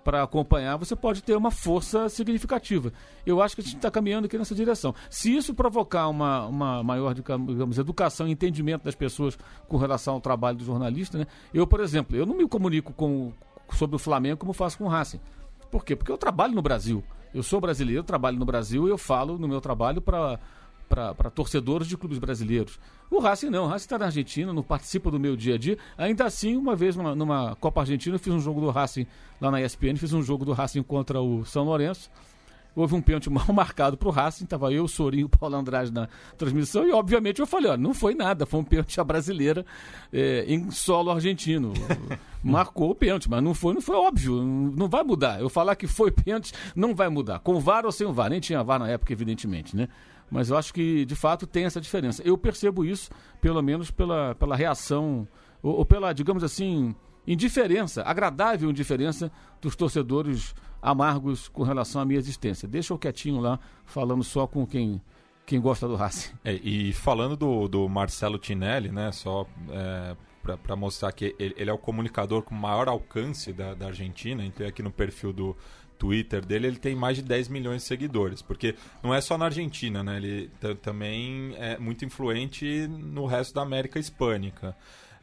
para acompanhar, você pode ter uma força significativa. Eu acho que a gente está caminhando aqui nessa direção. Se isso provocar uma maior, digamos, educação e entendimento das pessoas com relação ao trabalho do jornalista, né? Eu, por exemplo, eu não me comunico sobre o Flamengo como faço com o Racing. Por quê? Porque eu trabalho no Brasil. Eu sou brasileiro, trabalho no Brasil e eu falo no meu trabalho para torcedores de clubes brasileiros. O Racing não, o Racing está na Argentina, não participa do meu dia a dia. Ainda assim, uma vez numa Copa Argentina, eu fiz um jogo do Racing lá na ESPN, fiz um jogo do Racing contra o São Lourenço. Houve um pênalti mal marcado para o Racing, estava eu, o Sorinho, o Paulo Andrade na transmissão, e obviamente eu falei, não foi nada, foi um pênalti à brasileira em solo argentino. Marcou o pênalti, mas não foi óbvio, não vai mudar. Eu falar que foi pênalti não vai mudar, com VAR ou sem o VAR, nem tinha VAR na época, evidentemente, né? Mas eu acho que, de fato, tem essa diferença. Eu percebo isso, pelo menos pela reação, ou pela, digamos assim, indiferença, agradável indiferença dos torcedores amargos com relação à minha existência. Deixa eu quietinho lá, falando só com quem gosta do Racing. E falando do Marcelo Tinelli, né, só para mostrar que ele é o comunicador com maior alcance da Argentina, então aqui no perfil do Twitter dele, ele tem mais de 10 milhões de seguidores, porque não é só na Argentina, né? Ele também é muito influente no resto da América Hispânica.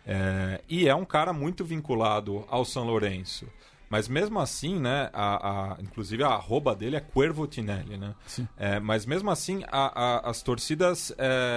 E é um cara muito vinculado ao São Lourenço. Mas mesmo assim, né, inclusive a arroba dele é Cuervo Tinelli, né? Mas mesmo assim, as torcidas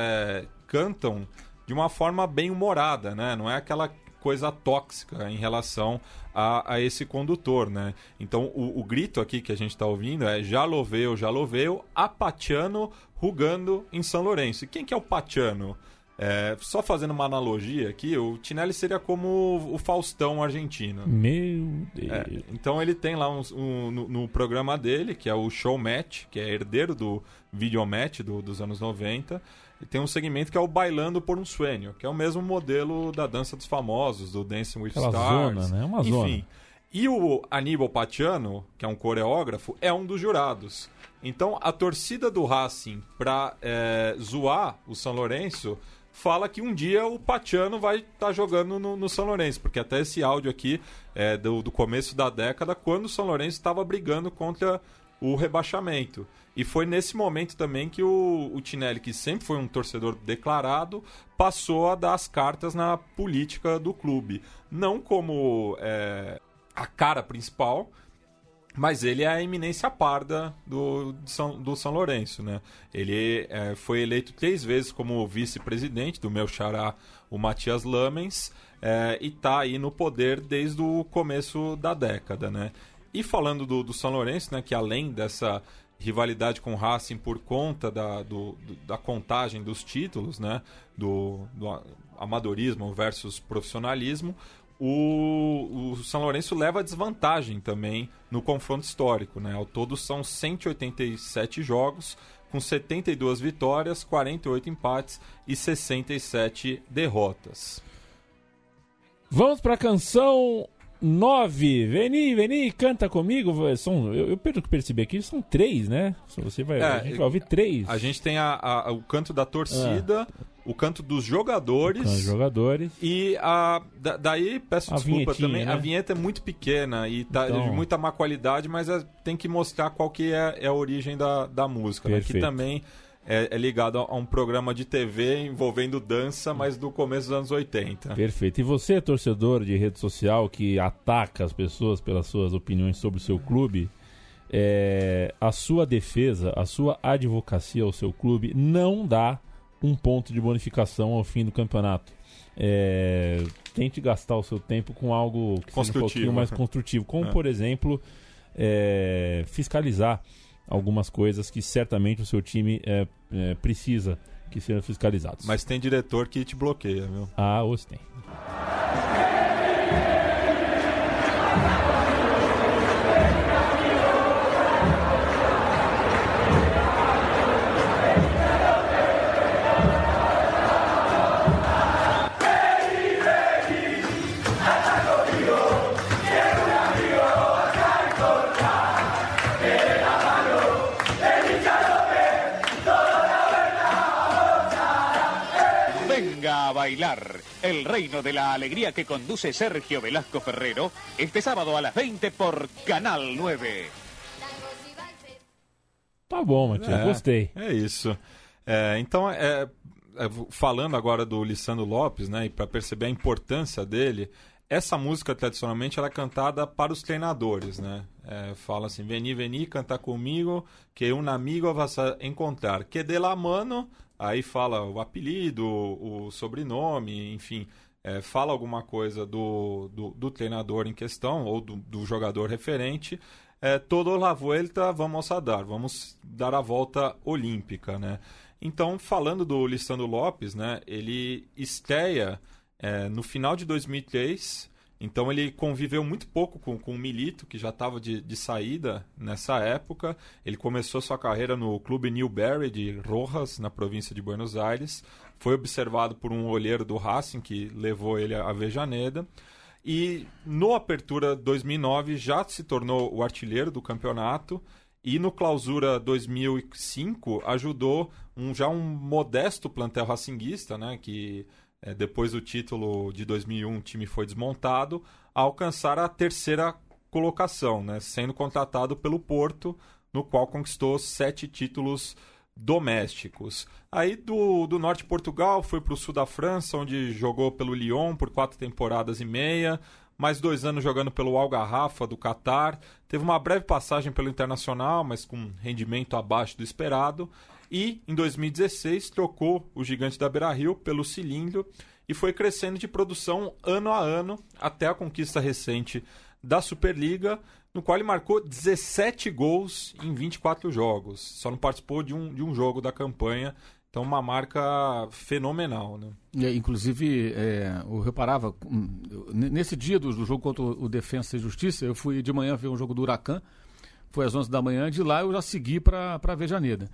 cantam de uma forma bem humorada, né? Não é aquela coisa tóxica em relação a esse condutor, né? Então, o grito aqui que a gente está ouvindo é já lo veo, a Pachano rugando em São Lourenço. E quem que é o Pachano? Só fazendo uma analogia aqui, o Tinelli seria como o Faustão argentino. Meu Deus. Então ele tem lá no programa dele, que é o Show Match, que é herdeiro do Video Match dos anos 90, e tem um segmento que é o Bailando por um Sueño, que é o mesmo modelo da Dança dos Famosos, do Dancing with Aquela Stars. zona, né? Uma Enfim. zona. E o Aníbal Pachano, que é um coreógrafo, é um dos jurados. Então a torcida do Racing, para zoar o São Lourenço, fala que um dia o Pachano vai estar jogando no São Lourenço, porque até esse áudio aqui é do começo da década, quando o São Lourenço estava brigando contra o rebaixamento. E foi nesse momento também que o Tinelli, que sempre foi um torcedor declarado, passou a dar as cartas na política do clube. Não como a cara principal, mas ele é a eminência parda do São Lourenço, né? Ele foi eleito 3 vezes como vice-presidente do meu xará, o Matias Lamens, e está aí no poder desde o começo da década, né? E falando do São Lourenço, né, que além dessa rivalidade com o Racing por conta da contagem dos títulos, né, do amadorismo versus profissionalismo, o São Lourenço leva desvantagem também no confronto histórico, né? Ao todo são 187 jogos, com 72 vitórias, 48 empates e 67 derrotas. Vamos para a canção 9. Veni, canta comigo. Eu percebi aqui, são 3, né? A gente vai ouvir 3. A gente tem o canto da torcida, o canto dos jogadores. E daí, peço desculpa também, né? A vinheta é muito pequena e tá de muita má qualidade, mas tem que mostrar qual que é a origem da música, né? Que também é ligado a um programa de TV envolvendo dança, mas do começo dos anos 80. Perfeito. E você, torcedor de rede social que ataca as pessoas pelas suas opiniões sobre o seu clube, a sua defesa, a sua advocacia ao seu clube não dá um ponto de bonificação ao fim do campeonato. Tente gastar o seu tempo com algo que seja um pouquinho mais construtivo, como, por exemplo, fiscalizar algumas coisas que certamente o seu time precisa que sejam fiscalizados. Mas tem diretor que te bloqueia, viu? Hoje tem. bailar, el reino de la alegría que conduce Sergio Velasco Ferrero, este sábado a las 20 por Canal 9. Tá bom, Matias, gostei. É isso. Então, falando agora do Lisandro Lopes, né, e para perceber a importância dele, essa música, tradicionalmente, ela é cantada para os treinadores, né? Fala assim, veni, canta comigo, que um amigo vas a encontrar. Que de la mano, aí fala o apelido, o sobrenome, enfim, fala alguma coisa do treinador em questão, ou do jogador referente. Toda la vuelta vamos dar a volta olímpica, né? Então, falando do Lisandro Lopes, né, ele estreia no final de 2003, então ele conviveu muito pouco com o Milito, que já estava de saída nessa época. Ele começou sua carreira no Clube Newbery de Rojas, na província de Buenos Aires. Foi observado por um olheiro do Racing, que levou ele a Avellaneda. E no Apertura 2009 já se tornou o artilheiro do campeonato. E no Clausura 2005 ajudou um modesto plantel racinguista, né, que depois do título de 2001 o time foi desmontado, a alcançar a terceira colocação, né, sendo contratado pelo Porto, no qual conquistou 7 títulos domésticos. Aí do norte de Portugal foi para o sul da França, onde jogou pelo Lyon por 4 temporadas e meia, mais 2 anos jogando pelo Al Garrafa do Catar, teve uma breve passagem pelo Internacional, mas com rendimento abaixo do esperado, e em 2016 trocou o gigante da Beira-Rio pelo Cilindro e foi crescendo de produção ano a ano até a conquista recente da Superliga, no qual ele marcou 17 gols em 24 jogos, só não participou de um jogo da campanha. Então, uma marca fenomenal, né? Inclusive, eu reparava, nesse dia do jogo contra o Defensa e Justiça, eu fui de manhã ver um jogo do Huracan, foi às 11 da manhã, de lá eu já segui para Avellaneda.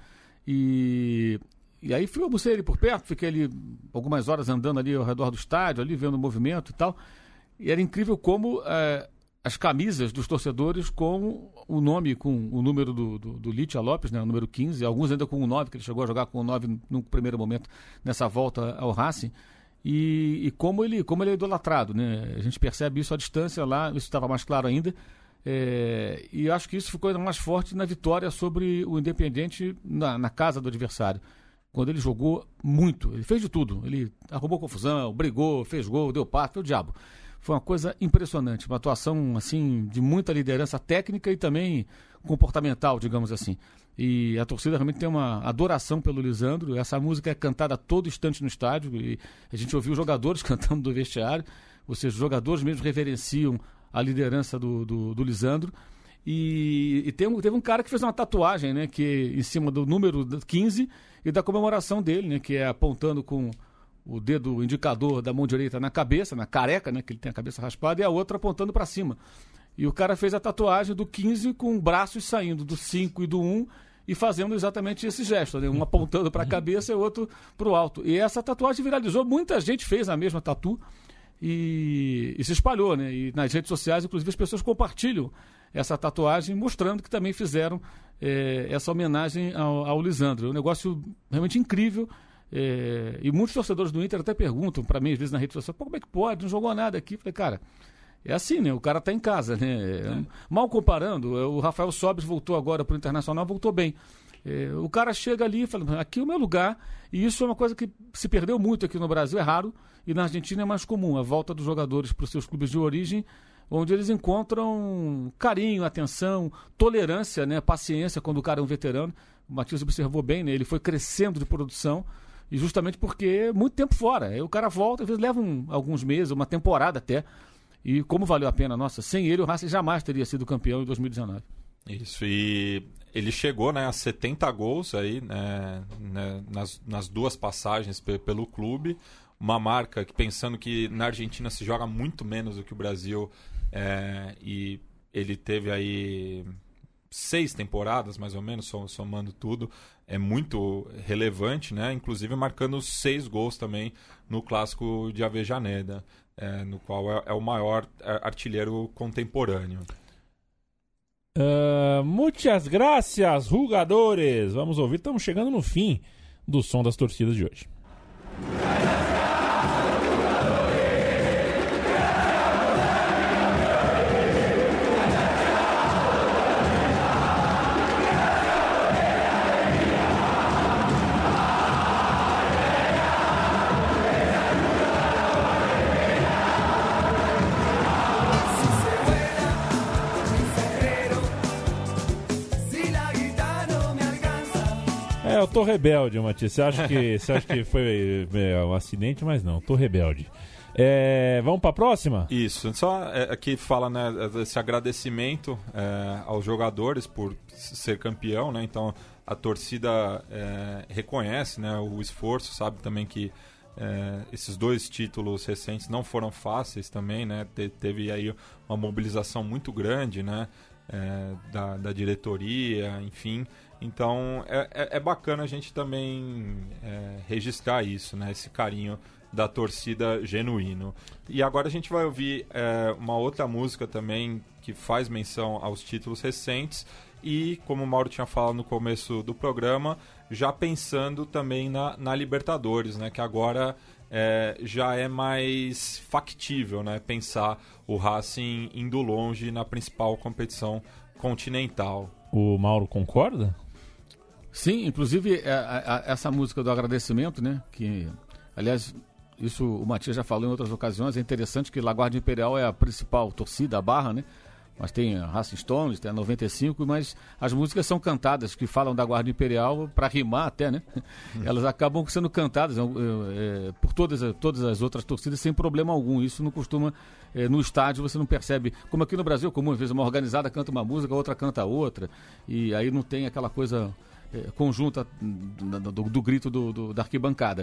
E aí fui almocei ali por perto, fiquei ali algumas horas andando ali ao redor do estádio, ali vendo o movimento e tal, e era incrível como as camisas dos torcedores com o nome, com o número do Licha Lopes, né, o número 15, alguns ainda com o 9, que ele chegou a jogar com o 9 no primeiro momento, nessa volta ao Racing, e como ele é idolatrado, né? A gente percebe isso à distância lá, isso estava mais claro ainda, e acho que isso ficou ainda mais forte na vitória sobre o Independiente na casa do adversário, quando ele jogou muito, ele fez de tudo, ele arrumou confusão, brigou, fez gol, deu passe, foi o diabo. Foi uma coisa impressionante, uma atuação assim de muita liderança técnica e também comportamental, digamos assim. E a torcida realmente tem uma adoração pelo Lisandro. Essa música é cantada a todo instante no estádio e a gente ouviu os jogadores cantando do vestiário, ou seja, os jogadores mesmo reverenciam a liderança do Lisandro. E teve um cara que fez uma tatuagem, né, que em cima do número 15 e da comemoração dele, né, que é apontando com o dedo indicador da mão direita na cabeça, na careca, né, que ele tem a cabeça raspada, e a outra apontando para cima. E o cara fez a tatuagem do 15 com braços saindo do 5 e do 1 e fazendo exatamente esse gesto, né? Um apontando para a cabeça e o outro para o alto. E essa tatuagem viralizou, muita gente fez a mesma tatu e se espalhou, né? E nas redes sociais, inclusive, as pessoas compartilham essa tatuagem, mostrando que também fizeram essa homenagem ao Lisandro. É um negócio realmente incrível. E muitos torcedores do Inter até perguntam para mim, às vezes na rede social, como é que pode? Não jogou nada aqui. Falei, cara, é assim, né? O cara tá em casa, né? Mal comparando, o Rafael Sobis voltou agora pro Internacional, voltou bem. O cara chega ali e fala, aqui é o meu lugar, e isso é uma coisa que se perdeu muito aqui no Brasil, é raro, e na Argentina é mais comum, a volta dos jogadores para os seus clubes de origem, onde eles encontram carinho, atenção, tolerância, né? Paciência quando o cara é um veterano. O Matias observou bem, né? Ele foi crescendo de produção, e justamente porque muito tempo fora. Aí o cara volta, às vezes leva alguns meses, uma temporada até. E como valeu a pena, nossa, sem ele o Racing jamais teria sido campeão em 2019. Isso, e ele chegou, né, a 70 gols aí, né, nas duas passagens pelo clube. Uma marca que, pensando que na Argentina se joga muito menos do que o Brasil, e ele teve aí 6 temporadas, mais ou menos, somando tudo, é muito relevante, né? Inclusive marcando 6 gols também no Clássico de Avellaneda, no qual é o maior artilheiro contemporâneo. Muitas gracias, jogadores! Vamos ouvir, estamos chegando no fim do som das torcidas de hoje. tô rebelde, Matias. Você acha que foi um acidente, mas não, tô rebelde. Vamos pra próxima? Isso, só aqui fala, né, esse agradecimento aos jogadores por ser campeão, né? Então a torcida reconhece, né, o esforço, sabe também que esses 2 títulos recentes não foram fáceis também, né? Teve aí uma mobilização muito grande, né, da diretoria, enfim. Então é bacana a gente também registrar isso, né, esse carinho da torcida genuíno. E agora a gente vai ouvir uma outra música também que faz menção aos títulos recentes e, como o Mauro tinha falado no começo do programa, já pensando também na Libertadores, né, que agora já é mais factível, né, pensar o Racing indo longe na principal competição continental. O Mauro concorda? Sim, inclusive essa música do agradecimento, né, que, aliás, isso o Matias já falou em outras ocasiões, é interessante que La Guardia Imperial é a principal torcida, a Barra, né? Mas tem a Racing Stones, tem a 95, mas as músicas são cantadas, que falam da Guardia Imperial, para rimar até, né? Elas acabam sendo cantadas por todas as outras torcidas sem problema algum. Isso não costuma, no estádio você não percebe, como aqui no Brasil, como às vezes uma organizada canta uma música, a outra canta outra, e aí não tem aquela coisa conjunta do grito da arquibancada.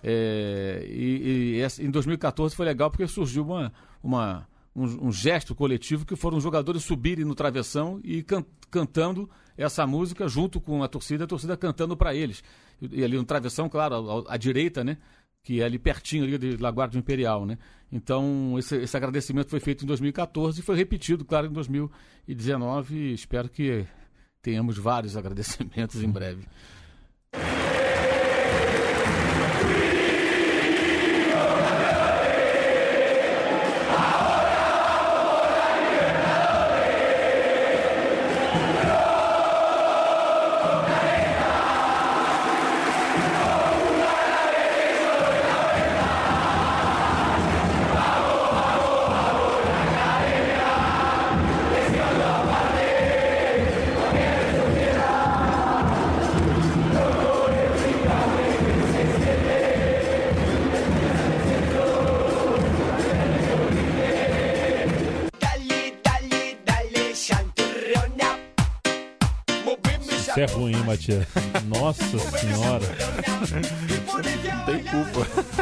Em 2014 foi legal porque surgiu um gesto coletivo que foram os jogadores subirem no travessão e cantando essa música junto com a torcida cantando para eles. E ali no travessão, claro, à direita, né? Que é ali pertinho ali de La Guardia Imperial, né? Então esse agradecimento foi feito em 2014 e foi repetido, claro, em 2019. Espero que tenhamos vários agradecimentos em breve. Isso é ruim, hein, Matias? Nossa senhora. Tem culpa.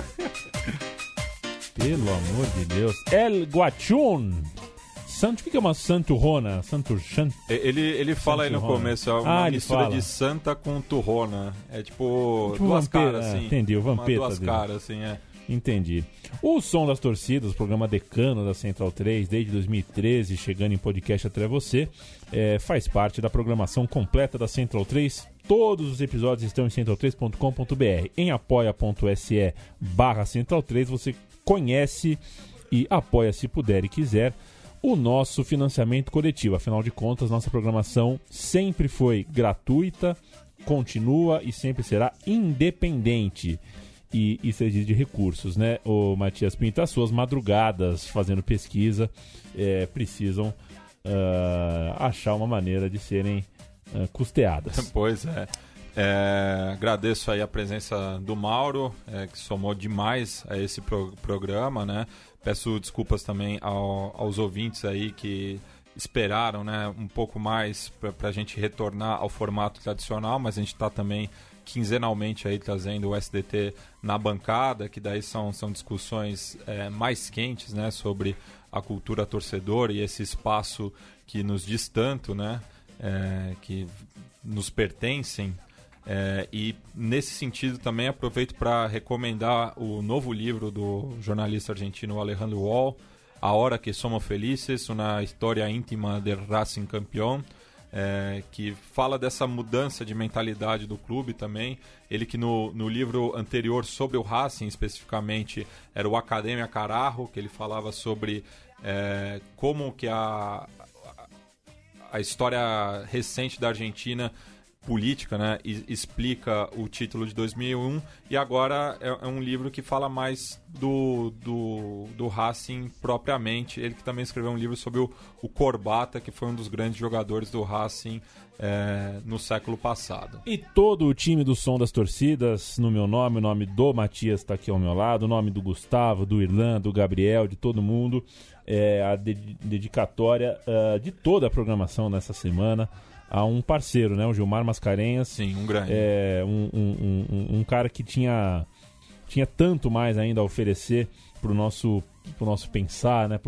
Pelo amor de Deus. El Guachun. O que é uma santurrona? Ele fala aí no começo, é uma mistura de santa com turrona. É tipo duas caras, assim. Entendi, o vampeta duas caras, assim, Entendi. O Som das Torcidas, o programa decano da Central 3, desde 2013, chegando em podcast até você, faz parte da programação completa da Central 3. Todos os episódios estão em central3.com.br. Em apoia.se/Central 3 você conhece e apoia, se puder e quiser, o nosso financiamento coletivo. Afinal de contas, nossa programação sempre foi gratuita, continua e sempre será independente. E isso exige de recursos, né? O Matias Pinto, as suas madrugadas fazendo pesquisa precisam achar uma maneira de serem custeadas. Pois é. Agradeço aí a presença do Mauro, que somou demais a esse programa, né? Peço desculpas também aos ouvintes aí que esperaram, né, um pouco mais para a gente retornar ao formato tradicional, mas a gente está também quinzenalmente aí trazendo o SDT na bancada, que daí são discussões mais quentes, né, sobre a cultura torcedora e esse espaço que nos diz tanto, né, que nos pertencem. E nesse sentido também aproveito para recomendar o novo livro do jornalista argentino Alejandro Wall, A Hora que Somos Felices, uma história íntima de Racing Campeón, que fala dessa mudança de mentalidade do clube também. Ele que no livro anterior sobre o Racing especificamente era o Academia Carajo, que ele falava sobre como que a história recente da Argentina política, né, explica o título de 2001, e agora é um livro que fala mais do Racing propriamente. Ele que também escreveu um livro sobre o Corbata, que foi um dos grandes jogadores do Racing no século passado. E todo o time do Som das Torcidas, no meu nome, o nome do Matias está aqui ao meu lado, o nome do Gustavo, do Irlan, do Gabriel, de todo mundo, a dedicatória de toda a programação nessa semana a um parceiro, né? O Gilmar Mascarenhas. Sim, um grande. Um cara que tinha tanto mais ainda a oferecer pro nosso pensar, né?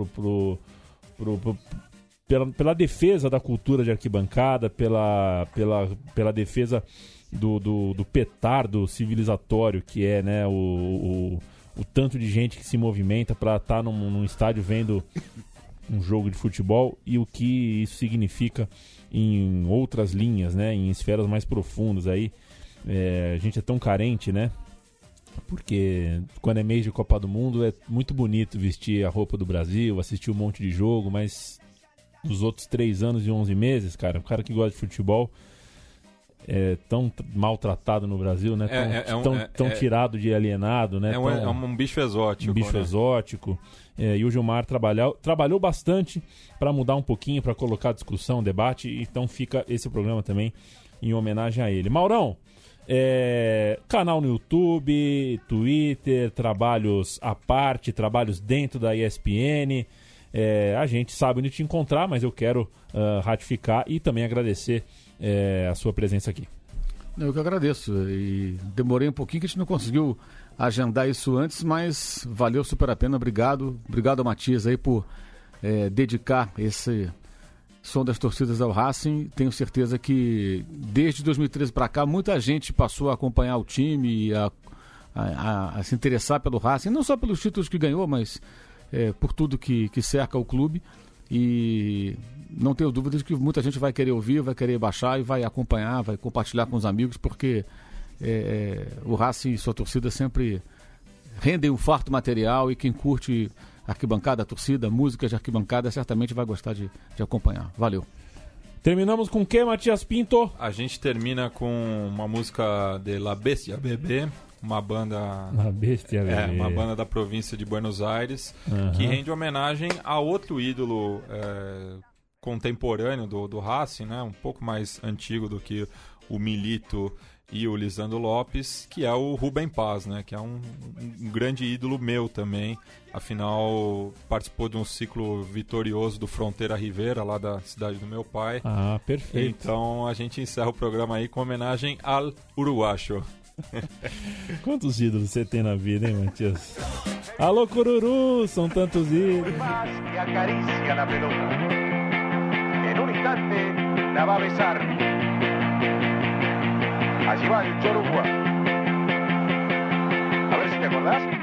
Pela defesa da cultura de arquibancada, pela defesa do petardo civilizatório que é, né? O tanto de gente que se movimenta para estar num estádio vendo um jogo de futebol e o que isso significa em outras linhas, né? Em esferas mais profundas aí. A gente é tão carente, né? Porque quando é mês de Copa do Mundo é muito bonito vestir a roupa do Brasil, assistir um monte de jogo, mas nos outros 3 anos e 11 meses, cara, o cara que gosta de futebol é tão maltratado no Brasil, né? Tão tirado de alienado, né? É um bicho exótico. Um bicho exótico. E o Gilmar trabalhou bastante para mudar um pouquinho, para colocar discussão, debate, então fica esse programa também em homenagem a ele. Maurão, canal no YouTube, Twitter, trabalhos à parte, trabalhos dentro da ESPN. A gente sabe onde te encontrar, mas eu quero ratificar e também agradecer a sua presença aqui. Eu que agradeço, e demorei um pouquinho que a gente não conseguiu agendar isso antes, mas valeu super a pena. Obrigado ao Matias aí por dedicar esse Som das Torcidas ao Racing. Tenho certeza que desde 2013 para cá muita gente passou a acompanhar o time, a se interessar pelo Racing, não só pelos títulos que ganhou, mas por tudo que cerca o clube. E não tenho dúvidas que muita gente vai querer ouvir, vai querer baixar e vai acompanhar, vai compartilhar com os amigos, porque o Racing e sua torcida sempre rendem um farto material, e quem curte arquibancada, torcida, música de arquibancada, certamente vai gostar de acompanhar. Valeu. Terminamos com o que, Matias Pinto? A gente termina com uma música de La Bestia Bebé, uma banda uma banda da província de Buenos Aires, que rende homenagem a outro ídolo contemporâneo do Racing, né? Um pouco mais antigo do que o Milito e o Lisandro Lopes, que é o Rubem Paz, né? Que é um grande ídolo meu também. Afinal, participou de um ciclo vitorioso do Fronteira Rivera, lá da cidade do meu pai. Ah, perfeito. Então a gente encerra o programa aí com homenagem ao uruguacho. Quantos ídolos você tem na vida, hein, Matias? Alô, Cururu, são tantos ídolos. Que acaricia la pelota. En un instante la va a besar. Allí va el Chorugua. A ver si te acordás.